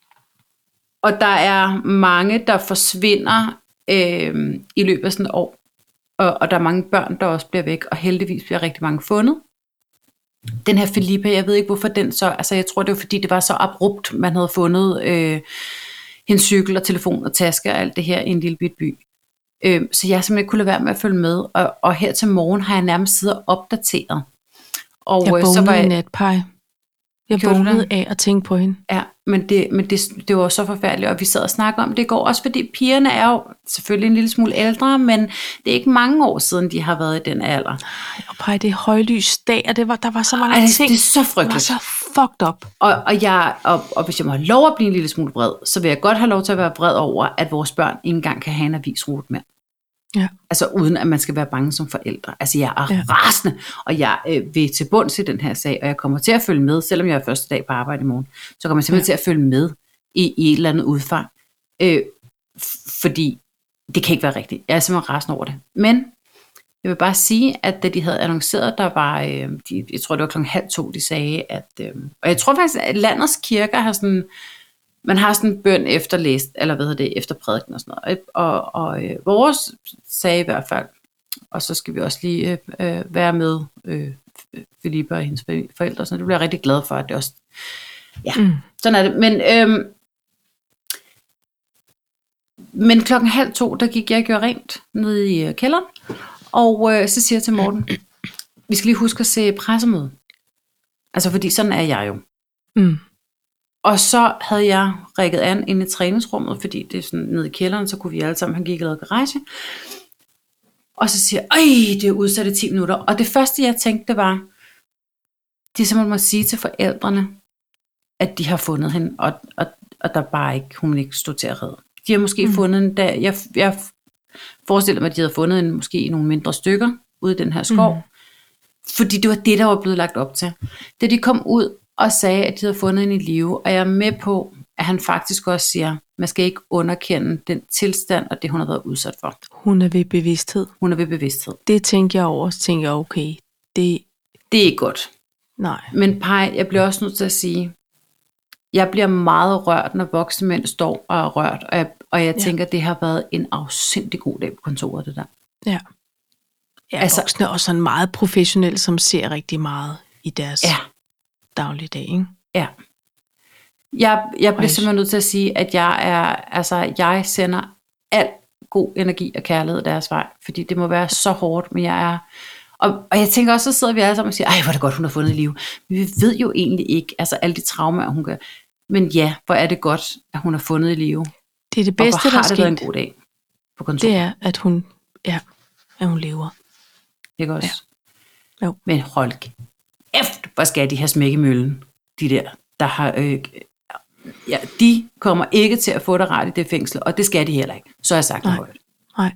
og der er mange, der forsvinder øh, i løbet af sådan et år. Og, og der er mange børn, der også bliver væk. Og heldigvis bliver rigtig mange fundet. Den her Filippa, jeg ved ikke, hvorfor den så... Altså, jeg tror, det var, fordi det var så abrupt, man havde fundet øh, hendes cykel og telefon og taske og alt det her i en lille bit by. Øh, så jeg simpelthen ikke kunne lade være med at følge med. Og, og her til morgen har jeg nærmest siddet og opdateret. Og Jeg øh, så var vågnede jeg, i nat, Paj. Jeg Gjorde du vågnede det? af at tænke på hende. Ja, men, det, men det, det var så forfærdeligt, og vi sad og snakkede om det i går, også fordi pigerne er jo selvfølgelig en lille smule ældre, men det er ikke mange år siden, de har været i den alder. Ej, og Paj, det er højlys dag, og det var, der var så mange Ej, det, ting. det er så Det var frygteligt. så fucked up. Og, og, jeg, og, og hvis jeg må have lov at blive en lille smule vred, så vil jeg godt have lov til at være vred over, at vores børn ikke engang kan have en avisrute mere. Ja. Altså uden at man skal være bange som forældre. Altså jeg er Ja. ja. rasende, og jeg øh, vil til bunds i den her sag, og jeg kommer til at følge med, selvom jeg er første dag på arbejde i morgen, så kommer jeg simpelthen ja. til at følge med i, i et eller andet udfang. Øh, f- fordi det kan ikke være rigtigt. Jeg er simpelthen rasende over det. Men jeg vil bare sige, at da de havde annonceret, der var, øh, de, jeg tror det var klokken halv to, de sagde, at, øh, og jeg tror faktisk, at landets kirker har sådan, man har sådan en bøn efter læst, eller hvad hedder det, efter prædiken og sådan noget. Og, og øh, vores sagde i hvert fald, og så skal vi også lige øh, være med øh, Filippa og hendes forældre, så det bliver jeg rigtig glad for, at det også, ja, Mm. sådan er det. Men, øh, men klokken halv to, der gik jeg og gjorde rent nede i øh, kælderen, og øh, så siger jeg til Morten, vi skal lige huske at se pressemøde. Altså fordi sådan er jeg jo. Mm. Og Og så havde jeg rækket an inde i træningsrummet, fordi det er sådan nede i kælderen, så kunne vi alle sammen, han gik og lavede garage. Og så siger jeg, øj, det er udsat i ti minutter. Og det første, jeg tænkte, var, de simpelthen må sige til forældrene, at de har fundet hende, og, og, og der bare ikke, hun ikke stod til at redde. De har måske mm. fundet hende, da jeg, jeg forestiller mig, at de havde fundet hende måske i nogle mindre stykker ude i den her skov. Mm. Fordi det var det, der var blevet lagt op til. Da de kom ud og sagde, at de havde fundet hende i live, og jeg er med på, at han faktisk også siger, man skal ikke underkende den tilstand, og det hun har været udsat for. hun er ved bevidsthed. Hun er ved bevidsthed. Det tænker jeg over, så tænker jeg, okay, det, Det er ikke godt. nej. Men Paj, jeg bliver også nødt til at sige, jeg bliver meget rørt, når voksne mænd står og er rørt, og jeg, og jeg Ja. tænker, det har været en afsindig god dag på kontoret, det der. Ja. Ja, Altså- altså, voksne er også sådan meget professionelle, som ser rigtig meget i deres Ja. dagligdag, ikke? Ja. Jeg, jeg bliver Ej. simpelthen nødt til at sige, at jeg er, altså, jeg sender al god energi og kærlighed deres vej, fordi det må være så hårdt, men jeg er, og, og jeg tænker også, så sidder vi alle sammen og siger, ej, hvor er det godt, hun har fundet liv. Men vi ved jo egentlig ikke, altså alle de traumer, hun gør. Men ja, hvor er det godt, at hun har fundet i live. Det er det Og bedste, hvor der har er det været en sket. god dag på kontoret. Det er, at hun, ja, at hun lever. Ikke også? Ja. Jo. Men hold kæft, hvor skal de have smæk i møllen, de der, der har, øh, ja, de kommer ikke til at få det ret i det fængsel, og det skal de heller ikke. Så har jeg sagt det Nej. højt. Nej.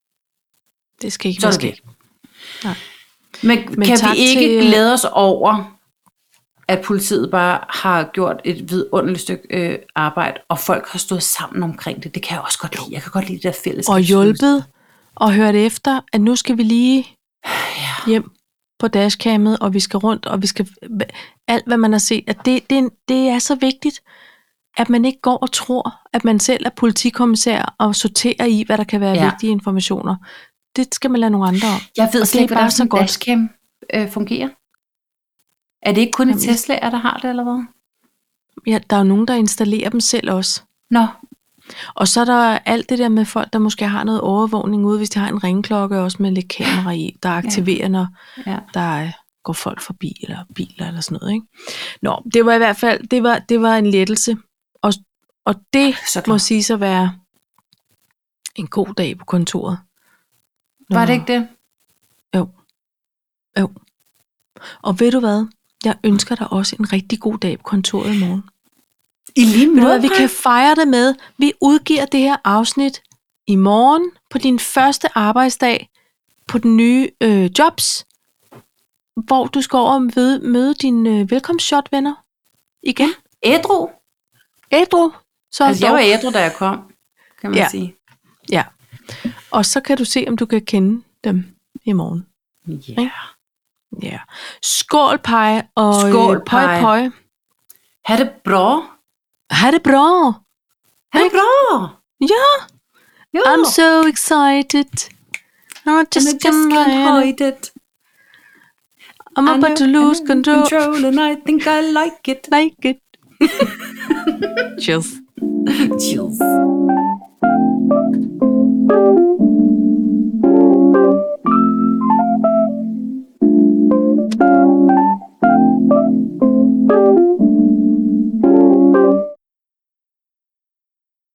Det skal ikke Så er være det det. sket. Nej. Men, Men Men kan tak vi ikke til- glæde os over, at politiet bare har gjort et vidunderligt stykke øh, arbejde, og folk har stået sammen omkring det. Det kan jeg også godt lide. Jeg kan godt lide det der fællesskab. Og hjulpet og hørt efter, at nu skal vi lige hjem på dashcammet, og vi skal rundt, og vi skal alt, hvad man har set. At det, det, det er så vigtigt, at man ikke går og tror, at man selv er politikommissær og sorterer i, hvad der kan være Ja. ja. vigtige informationer. Det skal man lade nogle andre om. Jeg ved Og slet det er ikke, hvordan bare så sådan en godt. dashcam øh, fungerer. Er det ikke kun et Jamen, Teslaer, der har det, eller hvad? Ja, der er jo nogen, der installerer dem selv også. Nå, Og så er der alt det der med folk, der måske har noget overvågning ude, hvis de har en ringklokke, også med lidt kamera i, der aktiverer, når Ja. der går folk forbi, eller biler, eller sådan noget, ikke? Nå, det var i hvert fald, det var, det var en lettelse. Og, og det Så glad. må sige sig være en god dag på kontoret. Var det Nå. ikke det? Jo. Jo. Og ved du hvad? Jeg ønsker dig også en rigtig god dag på kontoret i morgen. I lige Ved du måde, hvad, vi kan fejre det med, vi udgiver det her afsnit i morgen på din første arbejdsdag på den nye øh, jobs, hvor du skal over og møde, møde dine øh, velkomstshot-venner igen. ædru. Ædru. Så Altså, jeg dog. var ædru, da jeg kom, kan man Ja. sige. Ja. Og så kan du se, om du kan kende dem i morgen. Ja. Ikke? Ja. Skål, pej, og Skål, øh, pøj, pej. pøj. Ha' det bra. Ha' det bra. Ha' det bra. Ja. Jo. I'm so excited. I'm And just, I just can't hide it. I'm I about to know- lose I'm in control. control and I think I like it. Like it. Cheers. Chills.